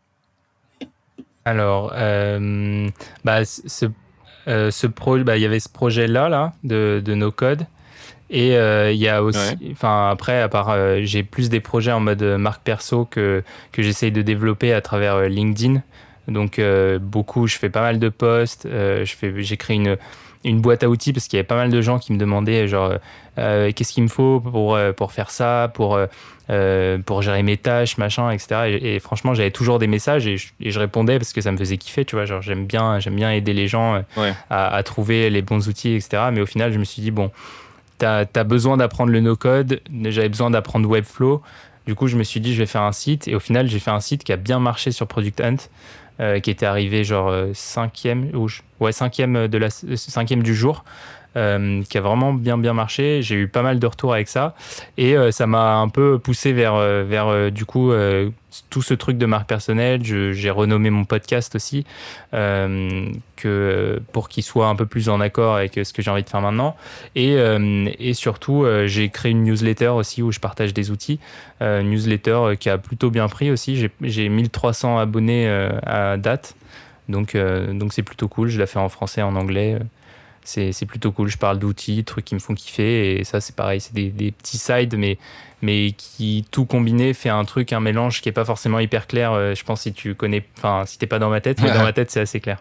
Alors, euh, bah, ce, euh, ce pro, bah, il y avait ce projet-là là, de, de no-code. Et il euh, y a aussi, enfin ouais. Après, à part, euh, j'ai plus des projets en mode marque perso que, que j'essaye de développer à travers euh, LinkedIn. Donc euh, beaucoup, je fais pas mal de posts, euh, je fais, j'ai créé une, une boîte à outils parce qu'il y avait pas mal de gens qui me demandaient genre euh, qu'est-ce qu'il me faut pour, pour faire ça, pour, euh, pour gérer mes tâches, machin, et cetera. Et, et franchement, j'avais toujours des messages et je, et je répondais parce que ça me faisait kiffer, tu vois, genre j'aime bien, j'aime bien aider les gens ouais. à, à trouver les bons outils, et cetera. Mais au final, je me suis dit, bon, t'as, t'as besoin d'apprendre le no-code, j'avais besoin d'apprendre Webflow. Du coup, je me suis dit, je vais faire un site. Et au final, j'ai fait un site qui a bien marché sur Product Hunt. euh, qui était arrivé genre euh, cinquième, ou je- ouais, cinquième, de la, cinquième du jour. Euh, qui a vraiment bien bien marché. J'ai eu pas mal de retours avec ça et euh, ça m'a un peu poussé vers, euh, vers euh, du coup euh, tout ce truc de marque personnelle. Je, j'ai renommé mon podcast aussi euh, que, pour qu'il soit un peu plus en accord avec ce que j'ai envie de faire maintenant. Et, euh, et surtout, euh, j'ai créé une newsletter aussi où je partage des outils. Euh, newsletter qui a plutôt bien pris aussi. J'ai, j'ai mille trois cents abonnés euh, à date. Donc, euh, donc c'est plutôt cool. Je la fais en français, en anglais. C'est, c'est plutôt cool. Je parle d'outils, trucs qui me font kiffer. Et ça, c'est pareil. C'est des, des petits sides, mais, mais qui, tout combiné, fait un truc, un mélange qui n'est pas forcément hyper clair. Euh, je pense si tu connais, enfin, si t'es pas dans ma tête, mais dans ma tête, c'est assez clair.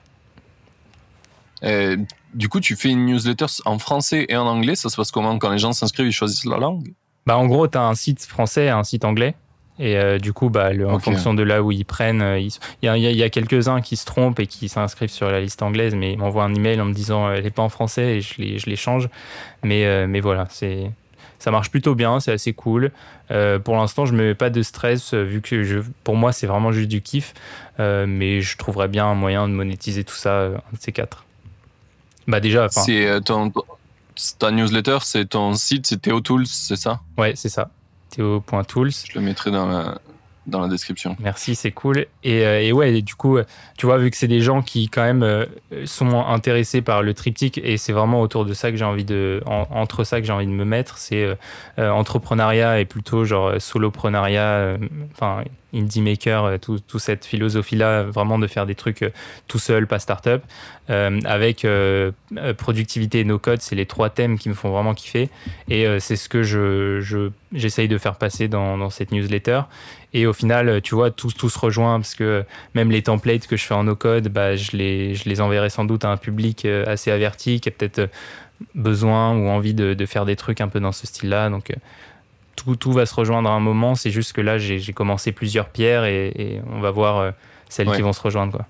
Et, du coup, tu fais une newsletter en français et en anglais. Ça se passe comment quand les gens s'inscrivent, ils choisissent la langue? Bah, en gros, tu as un site français et un site anglais. Et euh, du coup, bah, le, en Ok. fonction de là où ils prennent, euh, ils- il y a, il y a- il y a quelques-uns qui se trompent et qui s'inscrivent sur la liste anglaise, mais ils m'envoient un email en me disant euh, elle n'est pas en français et je les, je les change. Mais, euh, mais voilà, c'est, ça marche plutôt bien, c'est assez cool. Euh, pour l'instant, je ne me mets pas de stress euh, vu que je, pour moi, c'est vraiment juste du kiff. Euh, mais je trouverais bien un moyen de monétiser tout ça, euh, un de ces quatre. Bah déjà, enfin, C'est euh, ton, ta newsletter, c'est ton site, c'est ThéoTools, c'est ça? ouais, c'est ça. théo point tools. Je le mettrai dans la, dans la description. Merci, c'est cool. Et, euh, et ouais, et du coup, tu vois, vu que c'est des gens qui quand même euh, sont intéressés par le triptyque, et c'est vraiment autour de ça que j'ai envie de, en, entre ça que j'ai envie de me mettre, c'est euh, euh, entrepreneuriat et plutôt genre euh, soloprenariat, euh, enfin indie maker, euh, tout, tout cette philosophie-là, vraiment de faire des trucs euh, tout seul, pas start-up, euh, avec euh, productivité et no-code, c'est les trois thèmes qui me font vraiment kiffer. Et euh, c'est ce que je, je, j'essaye de faire passer dans, dans cette newsletter. Et au final, tu vois, tout, tout se rejoint parce que même les templates que je fais en no-code, bah, je, les, je les enverrai sans doute à un public assez averti qui a peut-être besoin ou envie de, de faire des trucs un peu dans ce style-là. Donc, tout, tout va se rejoindre à un moment. C'est juste que là, j'ai, j'ai commencé plusieurs pierres et, et on va voir celles ouais. qui vont se rejoindre, quoi.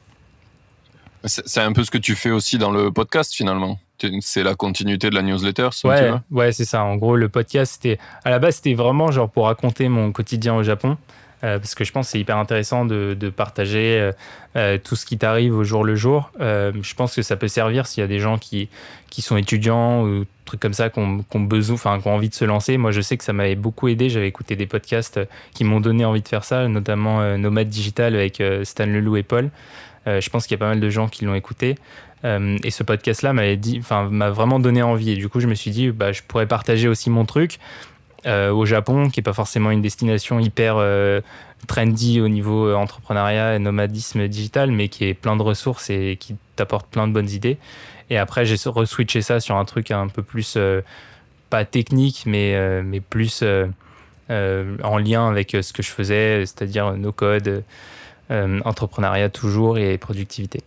C'est, c'est un peu ce que tu fais aussi dans le podcast, finalement. C'est la continuité de la newsletter, ce ouais, ouais, c'est ça. En gros, le podcast, c'était, à la base, c'était vraiment genre pour raconter mon quotidien au Japon. Euh, parce que je pense que c'est hyper intéressant de, de partager euh, euh, tout ce qui t'arrive au jour le jour. Euh, je pense que ça peut servir s'il y a des gens qui, qui sont étudiants ou trucs comme ça, qui ont, qui ont besoin, enfin, qui ont envie de se lancer. Moi, je sais que ça m'avait beaucoup aidé. J'avais écouté des podcasts qui m'ont donné envie de faire ça, notamment euh, Nomade Digital avec euh, Stan Leloup et Paul. Euh, je pense qu'il y a pas mal de gens qui l'ont écouté. Euh, et ce podcast-là m'avait dit, enfin, m'a vraiment donné envie. Et du coup, je me suis dit, bah, je pourrais partager aussi mon truc. Euh, au Japon, qui n'est pas forcément une destination hyper euh, trendy au niveau euh, entrepreneuriat et nomadisme digital, mais qui est plein de ressources et qui t'apporte plein de bonnes idées. Et après, j'ai re-switché ça sur un truc un peu plus, euh, pas technique, mais, euh, mais plus euh, euh, en lien avec ce que je faisais, c'est-à-dire no-code, euh, entrepreneuriat toujours et productivité.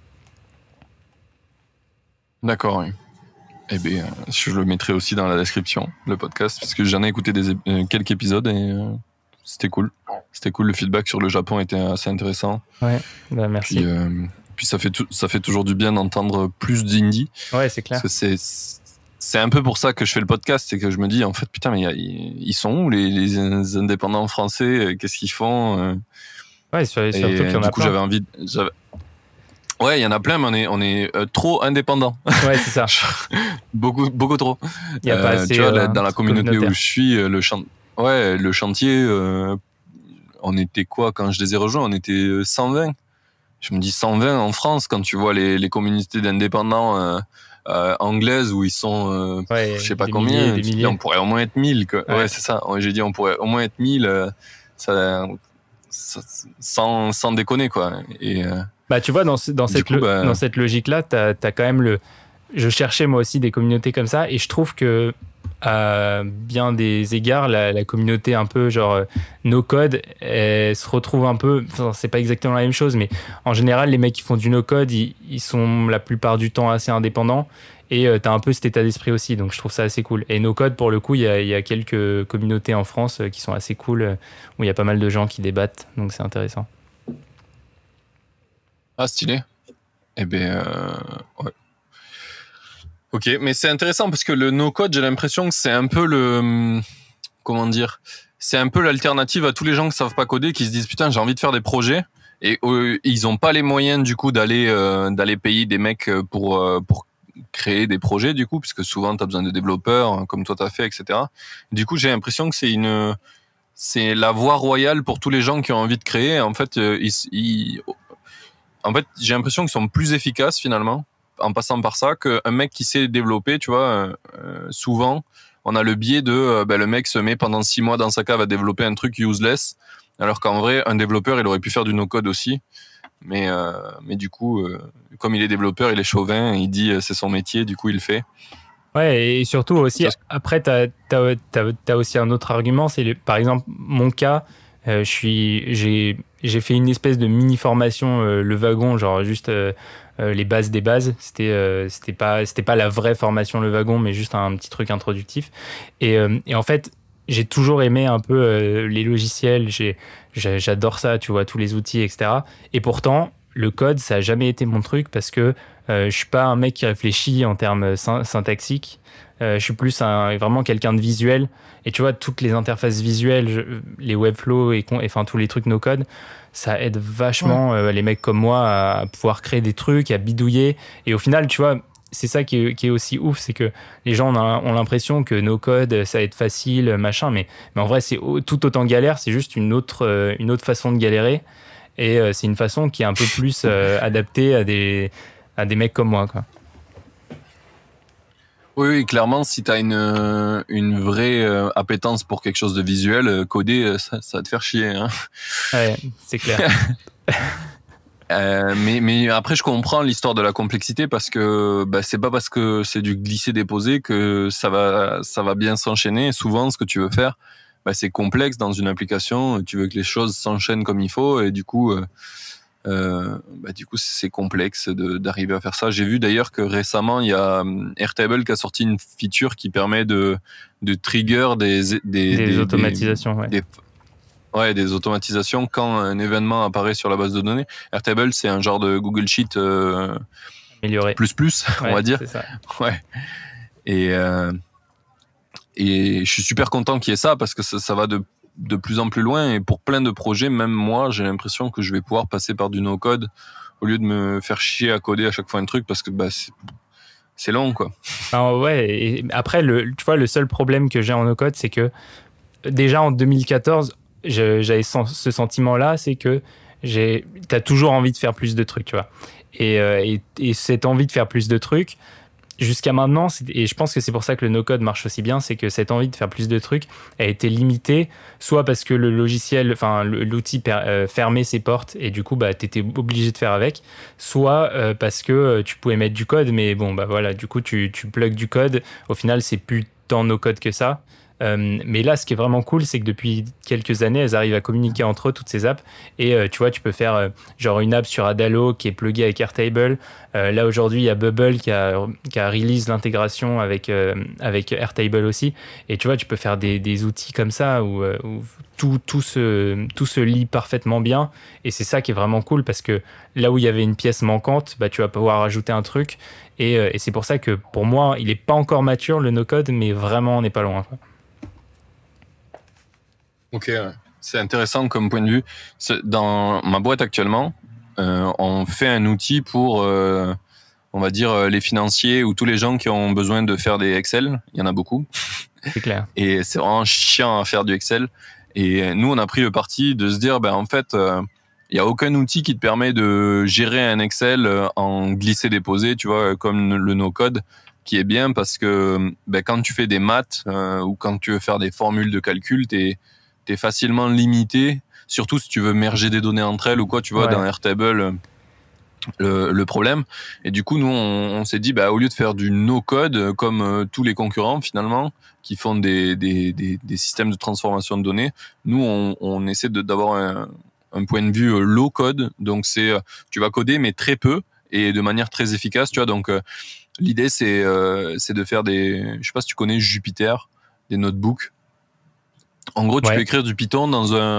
D'accord, oui. Eh bien, je le mettrai aussi dans la description, le podcast, parce que j'en ai écouté des, euh, quelques épisodes et euh, c'était cool. C'était cool, le feedback sur le Japon était assez intéressant. Ouais, bah merci. Puis, euh, puis ça, fait tout, ça fait toujours du bien d'entendre plus d'indie. Ouais, c'est clair. Parce que c'est, c'est un peu pour ça que je fais le podcast, c'est que je me dis, en fait, putain, mais ils sont où les, les indépendants français? Qu'est-ce qu'ils font? Ouais, surtout qu'il y en a plein. Du coup, j'avais envie... J'avais... Ouais, il y en a plein, mais on est, on est euh, trop indépendants. Ouais, c'est ça. beaucoup, beaucoup trop. Il y a euh, pas assez, tu vois, euh, dans la communauté où je suis, le, chan... ouais, le chantier, euh, on était quoi quand je les ai rejoints? On était cent vingt. Je me dis cent vingt en France, quand tu vois les, les communautés d'indépendants euh, euh, anglaises où ils sont, euh, ouais, je sais pas combien, milliers, dis, on pourrait au moins être mille. Quoi. Ouais. ouais, c'est ça. J'ai dit, on pourrait au moins être mille, euh, ça, ça, sans, sans déconner, quoi. Et... Euh, Bah, tu vois, dans, dans, cette, coup, lo- bah... dans cette logique-là, tu as quand même le... Je cherchais moi aussi des communautés comme ça et je trouve que à bien des égards, la, la communauté un peu genre euh, no-code, elle se retrouve un peu... Enfin, c'est pas exactement la même chose, mais en général, les mecs qui font du no-code, ils, ils sont la plupart du temps assez indépendants et euh, tu as un peu cet état d'esprit aussi, donc je trouve ça assez cool. Et no-code, pour le coup, il y a, y a quelques communautés en France qui sont assez cool, euh, où il y a pas mal de gens qui débattent, donc c'est intéressant. Ah, stylé. Eh bien, euh, ouais. Ok, mais c'est intéressant parce que le no-code, j'ai l'impression que c'est un peu le... Comment dire? C'est un peu l'alternative à tous les gens qui savent pas coder, qui se disent, putain, j'ai envie de faire des projets. et euh, ils ont pas les moyens du coup d'aller euh, d'aller payer des mecs pour euh, pour créer des projets du coup, puisque souvent tu as besoin de développeurs comme toi t'as fait, et cetera. Du coup, j'ai l'impression que c'est une c'est la voie royale pour tous les gens qui ont envie de créer. En fait, euh, ils, ils en fait, j'ai l'impression qu'ils sont plus efficaces finalement en passant par ça qu'un mec qui sait développer, tu vois. Euh, souvent, on a le biais de euh, ben, le mec se met pendant six mois dans sa cave à développer un truc useless, alors qu'en vrai, un développeur, il aurait pu faire du no-code aussi. Mais, euh, mais du coup, euh, comme il est développeur, il est chauvin, il dit euh, c'est son métier, du coup, il le fait. Ouais, et surtout aussi, Ça, après, tu as aussi un autre argument, c'est le- par exemple mon cas, euh, je suis, j'ai, j'ai fait une espèce de mini formation, euh, le wagon, genre juste euh, euh, les bases des bases. C'était, euh, c'était pas, c'était pas la vraie formation le wagon, mais juste un petit truc introductif. Et, euh, et en fait, j'ai toujours aimé un peu euh, les logiciels, j'ai, j'ai- j'adore ça, tu vois, tous les outils, et cetera. Et pourtant, le code, ça a jamais été mon truc parce que euh, je suis pas un mec qui réfléchit en termes syn- syntaxiques. Euh, je suis plus un, vraiment quelqu'un de visuel. Et tu vois, toutes les interfaces visuelles, je- les webflows et, con- et enfin tous les trucs no-code, ça aide vachement euh, les mecs comme moi à, à pouvoir créer des trucs, à bidouiller. Et au final, tu vois, c'est ça qui est, qui est aussi ouf, c'est que les gens ont, ont l'impression que no-code, ça va être facile, machin. Mais, mais en vrai, c'est au- tout autant galère. C'est juste une autre, euh, une autre façon de galérer. Et euh, c'est une façon qui est un peu plus euh, adaptée à des, à des mecs comme moi, quoi. Oui, oui, clairement, si tu as une, euh, une vraie euh, appétence pour quelque chose de visuel, euh, coder, euh, ça, ça va te faire chier. Hein. Ouais, c'est clair. Euh, mais, mais après, je comprends l'histoire de la complexité parce que bah, c'est pas parce que c'est du glisser-déposer que ça va, ça va bien s'enchaîner. Souvent, ce que tu veux faire, bah, c'est complexe dans une application. Tu veux que les choses s'enchaînent comme il faut et du coup, euh, euh, bah, du coup, c'est complexe de, d'arriver à faire ça. J'ai vu d'ailleurs que récemment, il y a hum, Airtable qui a sorti une feature qui permet de, de trigger des, des, Des des, des, automatisations, ouais. des Ouais, des automatisations quand un événement apparaît sur la base de données. Airtable, c'est un genre de Google Sheet euh, Amélioré. plus plus, on Ouais, va dire. c'est ça. Ouais. Et euh, et je suis super content qu'il y ait ça parce que ça, ça va de de plus en plus loin et pour plein de projets, même moi, j'ai l'impression que je vais pouvoir passer par du no-code au lieu de me faire chier à coder à chaque fois un truc parce que bah c'est c'est long quoi. Alors, ouais, et après, le, tu vois, le seul problème que j'ai en no-code, c'est que déjà en deux mille quatorze, je- j'avais sen- ce sentiment-là, c'est que j'ai, t'as toujours envie de faire plus de trucs, tu vois. Et, euh, et, et cette envie de faire plus de trucs, jusqu'à maintenant, c'est- et je pense que c'est pour ça que le no-code marche aussi bien, c'est que cette envie de faire plus de trucs a été limitée, soit parce que le logiciel, enfin le- l'outil per- euh, fermait ses portes et du coup, bah, tu étais obligé de faire avec, soit euh, parce que euh, tu pouvais mettre du code, mais bon, bah voilà, du coup, tu, tu plugs du code, au final, c'est plus tant no-code que ça. Euh, mais là, ce qui est vraiment cool, c'est que depuis quelques années, elles arrivent à communiquer entre eux, toutes ces apps. Et euh, tu vois, tu peux faire euh, genre une app sur Adalo qui est pluguée avec Airtable. Euh, là, aujourd'hui, il y a Bubble qui a, qui a release l'intégration avec, euh, avec Airtable aussi. Et tu vois, tu peux faire des, des outils comme ça où, euh, où tout, tout, se, tout se lie parfaitement bien. Et c'est ça qui est vraiment cool parce que là où il y avait une pièce manquante, bah, tu vas pouvoir ajouter un truc. Et, euh, et c'est pour ça que pour moi, il n'est pas encore mature le no-code, mais vraiment, on n'est pas loin, quoi. Ok, ouais. C'est intéressant comme point de vue. C'est- Dans ma boîte actuellement, euh, on fait un outil pour, euh, on va dire, euh, les financiers ou tous les gens qui ont besoin de faire des Excel. Il y en a beaucoup. C'est clair. Et c'est vraiment chiant à faire du Excel. Et nous, on a pris le parti de se dire, ben, en fait, euh, il n'y a aucun outil qui te permet de gérer un Excel euh, en glisser-déposer, tu vois, comme le no-code, qui est bien parce que ben, quand tu fais des maths euh, ou quand tu veux faire des formules de calcul, t'es t'es facilement limité, surtout si tu veux merger des données entre elles ou quoi, tu vois, Ouais. dans Airtable, le, le problème. Et du coup, nous, on, on s'est dit, bah, au lieu de faire du no-code, euh, comme euh, tous les concurrents, finalement, qui font des, des, des, des systèmes de transformation de données, nous, on, on essaie de, d'avoir un, un point de vue euh, low-code. Donc, c'est, euh, tu vas coder, mais très peu et de manière très efficace, tu vois. Donc, euh, l'idée, c'est, euh, c'est de faire des, je sais pas si tu connais Jupyter, des notebooks. En gros, tu Ouais. peux écrire du Python dans un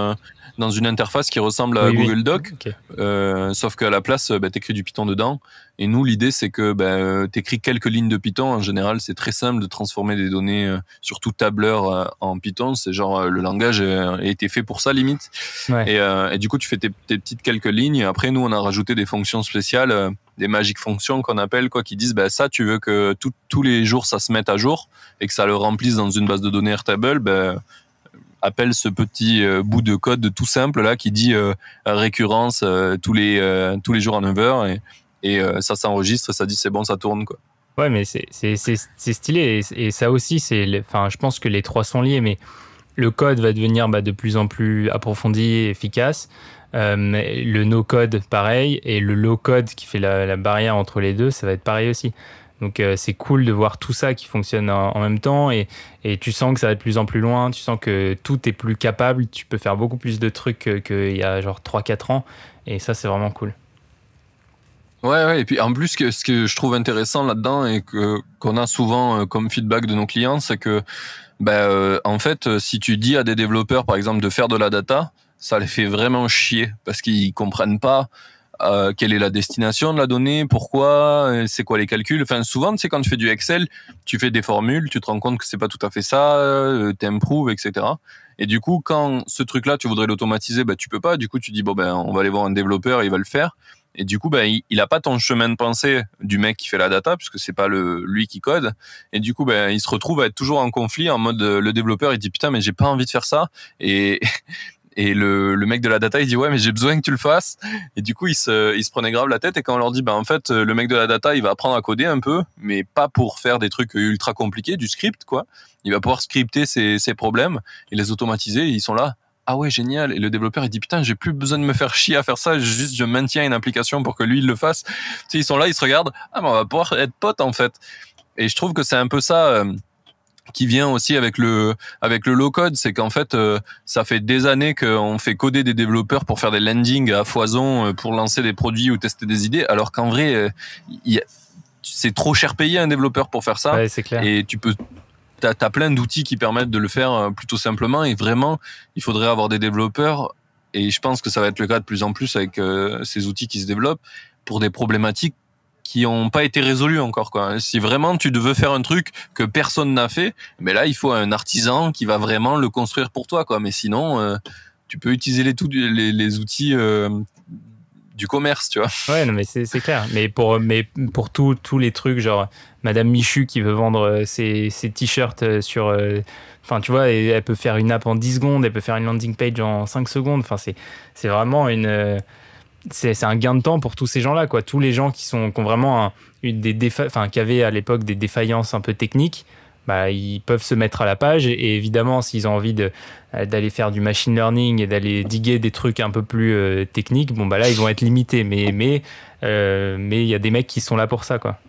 dans une interface qui ressemble à Oui, oui. Google Doc, Ok. euh, sauf qu'à la place, bah, tu écris du Python dedans. Et nous, l'idée, c'est que bah, tu écris quelques lignes de Python. En général, c'est très simple de transformer des données, euh, surtout tableur, euh, en Python. C'est genre, euh, le langage euh, a été fait pour ça, limite. Ouais. Et, euh, et du coup, tu fais tes, tes petites quelques lignes. Après, nous, on a rajouté des fonctions spéciales, euh, des magic fonctions qu'on appelle, quoi, qui disent, bah, ça, tu veux que tout, tous les jours, ça se mette à jour et que ça le remplisse dans une base de données Airtable, bah, appelle ce petit euh, bout de code tout simple là qui dit euh, récurrence euh, tous les euh, tous les jours à neuf heures et, et euh, ça s'enregistre, ça dit c'est bon, ça tourne quoi. Ouais, mais c'est, c'est, c'est, c'est stylé. Et, et ça aussi, c'est, le- enfin, je pense que les trois sont liés, mais le code va devenir bah, de plus en plus approfondi et efficace. Euh, le no-code, pareil. Et le low-code qui fait la, la barrière entre les deux, ça va être pareil aussi. Donc euh, c'est cool de voir tout ça qui fonctionne en, en même temps. Et, et tu sens que ça va de plus en plus loin. Tu sens que tout est plus capable. Tu peux faire beaucoup plus de trucs que- qu'il y a genre trois quatre ans. Et ça, c'est vraiment cool. Ouais, ouais, et puis en plus, que, ce que je trouve intéressant là-dedans et que, qu'on a souvent euh, comme feedback de nos clients, c'est que, ben, euh, en fait, euh, si tu dis à des développeurs, par exemple, de faire de la data, ça les fait vraiment chier parce qu'ils comprennent pas euh, quelle est la destination de la donnée, pourquoi, euh, c'est quoi les calculs. Enfin, souvent, tu sais, quand tu fais du Excel, tu fais des formules, tu te rends compte que c'est pas tout à fait ça, euh, t'improves, et cetera. Et du coup, quand ce truc-là, tu voudrais l'automatiser, ben, tu peux pas. Du coup, tu dis, bon, ben, on va aller voir un développeur, il va le faire. Et du coup, ben, il, il a pas ton chemin de pensée du mec qui fait la data, puisque c'est pas le, lui qui code. Et du coup, ben, il se retrouve à être toujours en conflit, en mode, euh, le développeur, il dit, putain, mais j'ai pas envie de faire ça. Et, et le, le mec de la data, il dit, ouais, mais j'ai besoin que tu le fasses. Et du coup, il se, il se prenait grave la tête. Et quand on leur dit, ben, en fait, le mec de la data, il va apprendre à coder un peu, mais pas pour faire des trucs ultra compliqués, du script, quoi. Il va pouvoir scripter ses, ses problèmes et les automatiser. Et ils sont là. Ah ouais, génial. Et le développeur, il dit, putain, j'ai plus besoin de me faire chier à faire ça. Juste, je maintiens une application pour que lui, il le fasse. Tu sais, ils sont là, ils se regardent. Ah, mais on va pouvoir être potes, en fait. Et je trouve que c'est un peu ça, euh, qui vient aussi avec le, avec le low code. C'est qu'en fait, euh, ça fait des années qu'on fait coder des développeurs pour faire des landings à foison, euh, pour lancer des produits ou tester des idées. Alors qu'en vrai, euh, y a, c'est trop cher payé un développeur pour faire ça. Ouais, c'est clair. Et tu peux, T'as, t'as plein d'outils qui permettent de le faire plutôt simplement et vraiment, il faudrait avoir des développeurs et je pense que ça va être le cas de plus en plus avec euh, ces outils qui se développent pour des problématiques qui n'ont pas été résolues encore, quoi. Si vraiment tu veux faire un truc que personne n'a fait, mais là, il faut un artisan qui va vraiment le construire pour toi, quoi. Mais sinon, euh, tu peux utiliser les, tout, les, les outils euh, du commerce, tu vois. Ouais, non, mais c'est, c'est clair. Mais pour, mais pour tous tous les trucs, genre Madame Michu qui veut vendre ses, ses t-shirts sur. euh, Enfin, tu vois, et elle peut faire une app en dix secondes, elle peut faire une landing page en cinq secondes. Enfin, c'est, c'est vraiment une. euh, C'est, c'est un gain de temps pour tous ces gens-là, quoi. Tous les gens qui, sont, qui ont vraiment un- une des défa- enfin, qui avaient à l'époque des défaillances un peu techniques, bah, ils peuvent se mettre à la page. Et, et évidemment, s'ils ont envie de, euh, d'aller faire du machine learning et d'aller diguer des trucs un peu plus euh, techniques, bon, bah là, ils vont être limités. Mais mais euh, mais il y a des mecs qui sont là pour ça, quoi.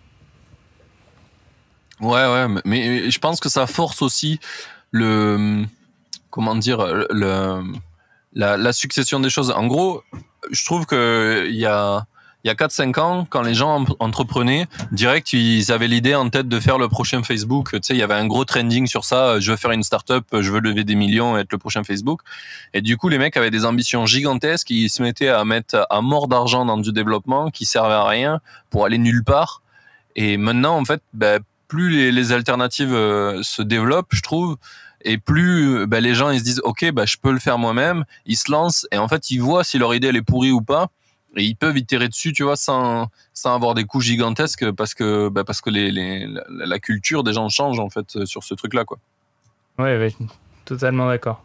Ouais, ouais, mais, mais je pense que ça force aussi le, comment dire, le, la, la succession des choses. En gros, je trouve que il y a, il y a quatre cinq ans, quand les gens entreprenaient, direct, ils avaient l'idée en tête de faire le prochain Facebook. Tu sais, il y avait un gros trending sur ça. Je veux faire une startup, je veux lever des millions et être le prochain Facebook. Et du coup, les mecs avaient des ambitions gigantesques. Ils se mettaient à mettre à mort d'argent dans du développement qui servait à rien pour aller nulle part. Et maintenant, en fait, ben, plus les, les alternatives euh, se développent, je trouve, et plus ben, les gens ils se disent ok, ben, je peux le faire moi-même, ils se lancent et en fait ils voient si leur idée elle est pourrie ou pas et ils peuvent itérer dessus, tu vois, sans sans avoir des coûts gigantesques parce que ben, parce que les, les la, la culture des gens change en fait sur ce truc là, quoi. Ouais, ouais, totalement d'accord.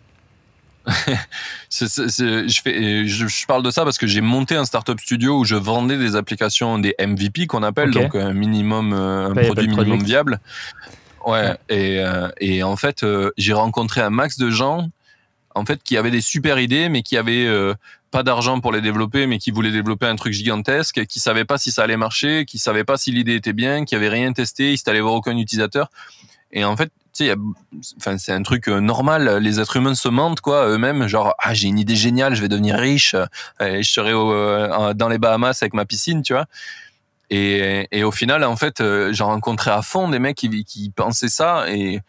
c'est, c'est, c'est, je, fais, je, je parle de ça parce que j'ai monté un startup studio où je vendais des applications, des M V P qu'on appelle, Ok. donc un minimum, un Viable produit minimum product. viable. Ouais, Ouais. et, euh, et en fait, euh, j'ai rencontré un max de gens en fait, qui avaient des super idées, mais qui avaient euh, pas d'argent pour les développer, mais qui voulaient développer un truc gigantesque, qui savaient pas si ça allait marcher, qui savaient pas si l'idée était bien, qui avaient rien testé, ils n'allaient voir aucun utilisateur. Et en fait, tu sais, y a, enfin, c'est un truc normal. Les êtres humains se mentent, quoi, eux-mêmes. Genre, ah, j'ai une idée géniale, je vais devenir riche, et je serai au, euh, dans les Bahamas avec ma piscine, tu vois. Et, et au final, en fait, euh, j'ai rencontré à fond des mecs qui, qui pensaient ça et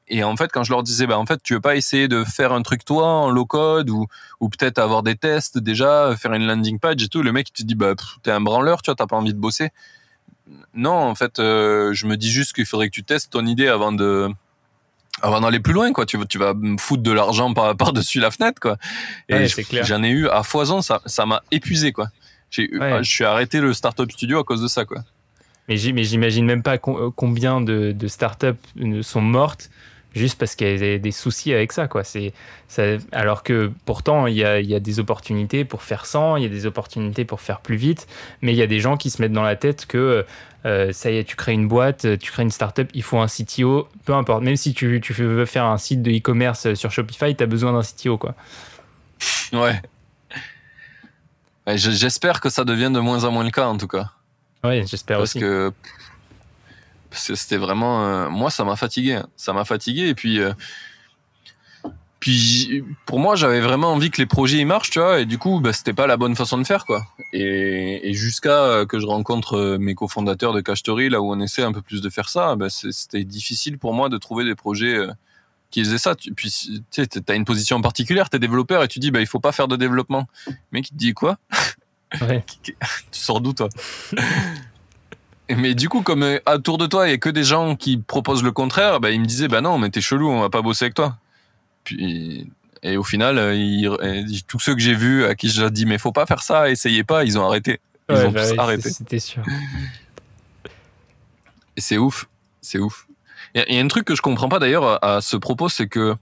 et en fait, quand je leur disais, bah, en fait, tu veux pas essayer de faire un truc toi en low code ou, ou peut-être avoir des tests déjà, faire une landing page et tout, le mec il te dit, bah, pff, t'es un branleur, tu vois, t'as pas envie de bosser. Non, en fait, euh, je me dis juste qu'il faudrait que tu testes ton idée avant de, avant d'aller plus loin, quoi. Tu, tu vas me foutre de l'argent par, par-dessus la fenêtre, quoi. Et Ouais, je- c'est clair. j'en ai eu à foison, ça, ça m'a épuisé, quoi. J'ai, eu- Ouais. Je suis arrêté le startup studio à cause de ça, quoi. Mais, j'im- mais j'imagine même pas com- combien de, de startups ne sont mortes juste parce qu'elles avaient des soucis avec ça, quoi. C'est, ça, alors que pourtant, il y a, il y a des opportunités pour faire sans, il y a des opportunités pour faire plus vite, mais il y a des gens qui se mettent dans la tête que euh, ça y est, tu crées une boîte, tu crées une startup, il faut un C T O, peu importe. Même si tu, tu veux faire un site de e-commerce sur Shopify, tu as besoin d'un C T O, quoi. Ouais. Ouais, je- j'espère que ça devient de moins en moins le cas, en tout cas. Ouais, j'espère Parce aussi. que parce que c'était vraiment... euh, moi, ça m'a fatigué. hein. Ça m'a fatigué. Et puis, euh, puis j- pour moi, j'avais vraiment envie que les projets ils marchent, tu vois. Et du coup, bah, c'était pas la bonne façon de faire, quoi. Et, et jusqu'à euh, que je rencontre euh, mes cofondateurs de Cacheterie, là où on essaie un peu plus de faire ça, bah, c'est- c'était difficile pour moi de trouver des projets euh, qui faisaient ça. Tu- Puis, tu sais, t'as une position particulière, t'es développeur et tu dis, bah, il faut pas faire de développement. Le mec, il te dit quoi? Ouais. Tu sors d'où, toi? Mais du coup, comme euh, autour de toi, il y a que des gens qui proposent le contraire, bah, ils me disaient, bah non, mais t'es chelou, on va pas bosser avec toi. Puis, et au final, euh, ils- euh, tous ceux que j'ai vus, à qui j'ai dit, mais faut pas faire ça, essayez pas, ils ont arrêté. Ils Ouais, ont bah tous oui, arrêté. c'est- c'était sûr. Et c'est ouf, c'est ouf. Il y, a- il y a un truc que je comprends pas d'ailleurs à, à ce propos, c'est que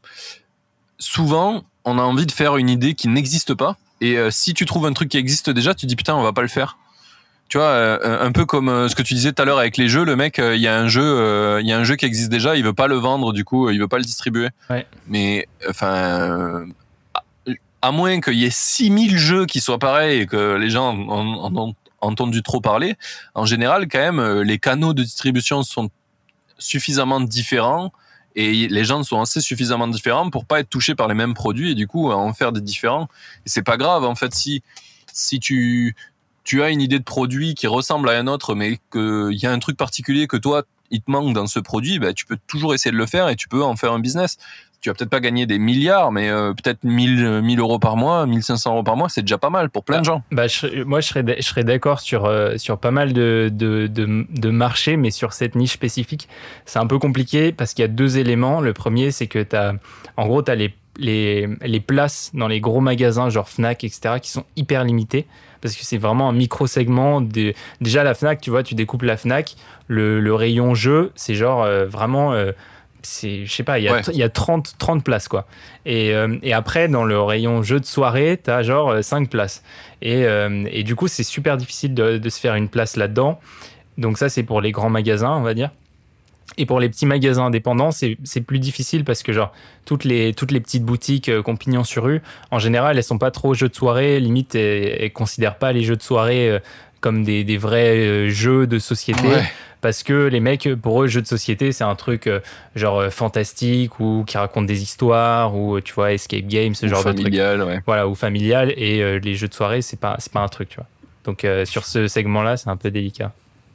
souvent, on a envie de faire une idée qui n'existe pas. Et euh, si tu trouves un truc qui existe déjà, tu dis putain, on va pas le faire. Tu vois, euh, un peu comme euh, ce que tu disais tout à l'heure avec les jeux, le mec, euh, il y a un jeu, euh, il y a un jeu qui existe déjà, il veut pas le vendre, du coup, euh, il veut pas le distribuer. Ouais. Mais enfin, euh, à, à moins qu'il y ait six mille jeux qui soient pareils et que les gens en, en ont entendu trop parler, en général, quand même, euh, les canaux de distribution sont suffisamment différents et les gens sont assez suffisamment différents pour pas être touchés par les mêmes produits et du coup en faire des différents. Et c'est pas grave en fait si si tu tu as une idée de produit qui ressemble à un autre mais qu'il y a un truc particulier que toi il te manque dans ce produit, bah, tu peux toujours essayer de le faire et tu peux en faire un business. Tu vas peut-être pas gagner des milliards, mais euh, peut-être mille, mille euros par mois, mille cinq cents euros par mois, c'est déjà pas mal pour plein de gens. Bah, je serais- moi, je serais, d'a- je serais d'accord sur, euh, sur pas mal de, de, de, de marchés, mais sur cette niche spécifique, c'est un peu compliqué parce qu'il y a deux éléments. Le premier, c'est que t'as, en gros, tu as les, les, les places dans les gros magasins, genre Fnac, et cetera, qui sont hyper limitées parce que c'est vraiment un micro-segment. De... Déjà, la Fnac, tu vois, tu découpes la Fnac, le, le rayon jeu, c'est genre euh, vraiment... euh, c'est, je sais pas, il y a, Ouais. il y a trente, trente places, quoi. Et, euh, et après, dans le rayon jeu de soirée, t'as genre euh, cinq places. Et, euh, et du coup, c'est super difficile de, de se faire une place là-dedans. Donc ça, c'est pour les grands magasins, on va dire. Et pour les petits magasins indépendants, c'est, c'est plus difficile parce que genre toutes les, toutes les petites boutiques euh, qu'on pignon sur rue, en général, elles sont pas trop jeux de soirée. Limite, elles, elles considèrent pas les jeux de soirée euh, comme des, des vrais euh, jeux de société. Ouais. Parce que les mecs, pour eux, jeux de société, c'est un truc euh, genre euh, fantastique ou qui raconte des histoires ou euh, tu vois, escape game, ce Ou genre de truc. familial, ouais. Voilà, ou familial. Et euh, les jeux de soirée, c'est pas, c'est pas un truc, tu vois. Donc euh, sur ce segment-là, c'est un peu délicat.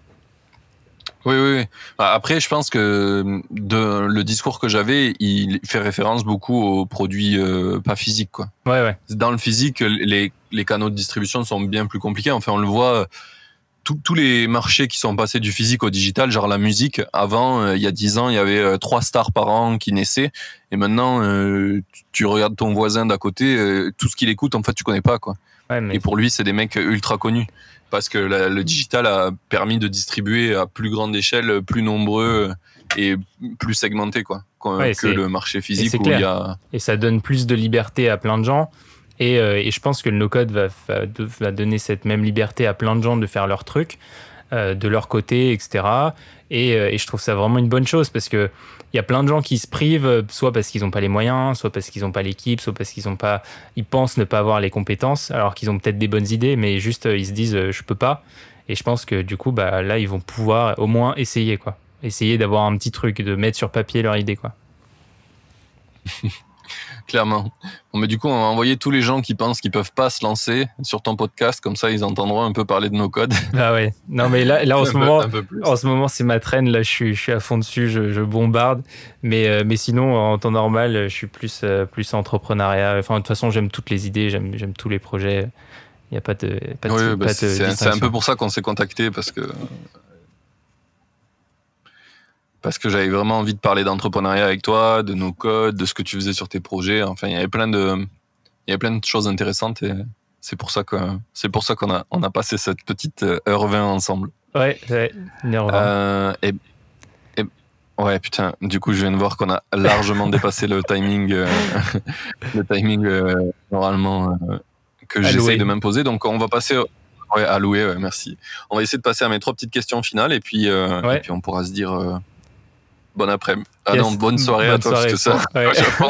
Oui, oui, oui. Bah, après, je pense que de, le discours que j'avais, il fait référence beaucoup aux produits euh, pas physiques, quoi. Ouais, ouais. Dans le physique, les, les canaux de distribution sont bien plus compliqués. Enfin, on le voit, tout- tous les marchés qui sont passés du physique au digital, genre la musique, avant, euh, il y a dix ans, il y avait euh, trois stars par an qui naissaient. Et maintenant, euh, tu, tu regardes ton voisin d'à côté, euh, tout ce qu'il écoute, en fait, tu connais pas, quoi. Ouais, mais Et pour lui, c'est des mecs ultra connus. Parce que la- le digital a permis de distribuer à plus grande échelle, plus nombreux et plus segmentés, quoi, que, Ouais, que c'est- le marché physique c'est où clair. il y a... et ça donne plus de liberté à plein de gens. Et, euh, et je pense que le no-code va, va, va donner cette même liberté à plein de gens de faire leur truc, euh, de leur côté, et cetera. Et, euh, et je trouve ça vraiment une bonne chose parce que il y a plein de gens qui se privent, euh, soit parce qu'ils n'ont pas les moyens, soit parce qu'ils n'ont pas l'équipe, soit parce qu'ils ont pas, ils pensent ne pas avoir les compétences, alors qu'ils ont peut-être des bonnes idées, mais juste euh, ils se disent euh, je peux pas. Et je pense que du coup, bah, là, ils vont pouvoir au moins essayer, quoi. Essayer d'avoir un petit truc, de mettre sur papier leur idée, quoi. Clairement. Bon, mais du coup, on va envoyer tous les gens qui pensent qu'ils peuvent pas se lancer sur ton podcast, comme ça, ils entendront un peu parler de nos codes. Ah ouais. Non, mais là, là en un ce peu, moment, un peu plus. en ce moment, c'est ma traîne. Là, je suis, je suis à fond dessus, je, je bombarde. Mais, euh, mais sinon, en temps normal, je suis plus, euh, plus entrepreneuriat. Enfin, de toute façon, j'aime toutes les idées, j'aime, j'aime tous les projets. Il n'y a pas de, pas de, Oui, pas bah, de c'est, c'est un distinction. peu pour ça qu'on s'est contacté, parce que parce que j'avais vraiment envie de parler d'entrepreneuriat avec toi, de nos codes, de ce que tu faisais sur tes projets. Enfin, il y avait plein de, il y avait plein de choses intéressantes et c'est pour ça que, c'est pour ça qu'on a, on a passé cette petite heure vingt ensemble. Ouais, ouais, une heure vingt. Euh, et, et, ouais, putain, du coup, je viens de voir qu'on a largement dépassé le timing, euh, le timing, euh, normalement, euh, que Alloué. j'essaye de m'imposer. Donc, on va passer, au- ouais, alloué, ouais, merci. On va essayer de passer à mes trois petites questions finales et puis, euh, Ouais. et puis on pourra se dire, euh, bon après-midi. Ah Yes. non, bonne soirée Bonne à toi, soirée, parce que ça, ouais. au Japon.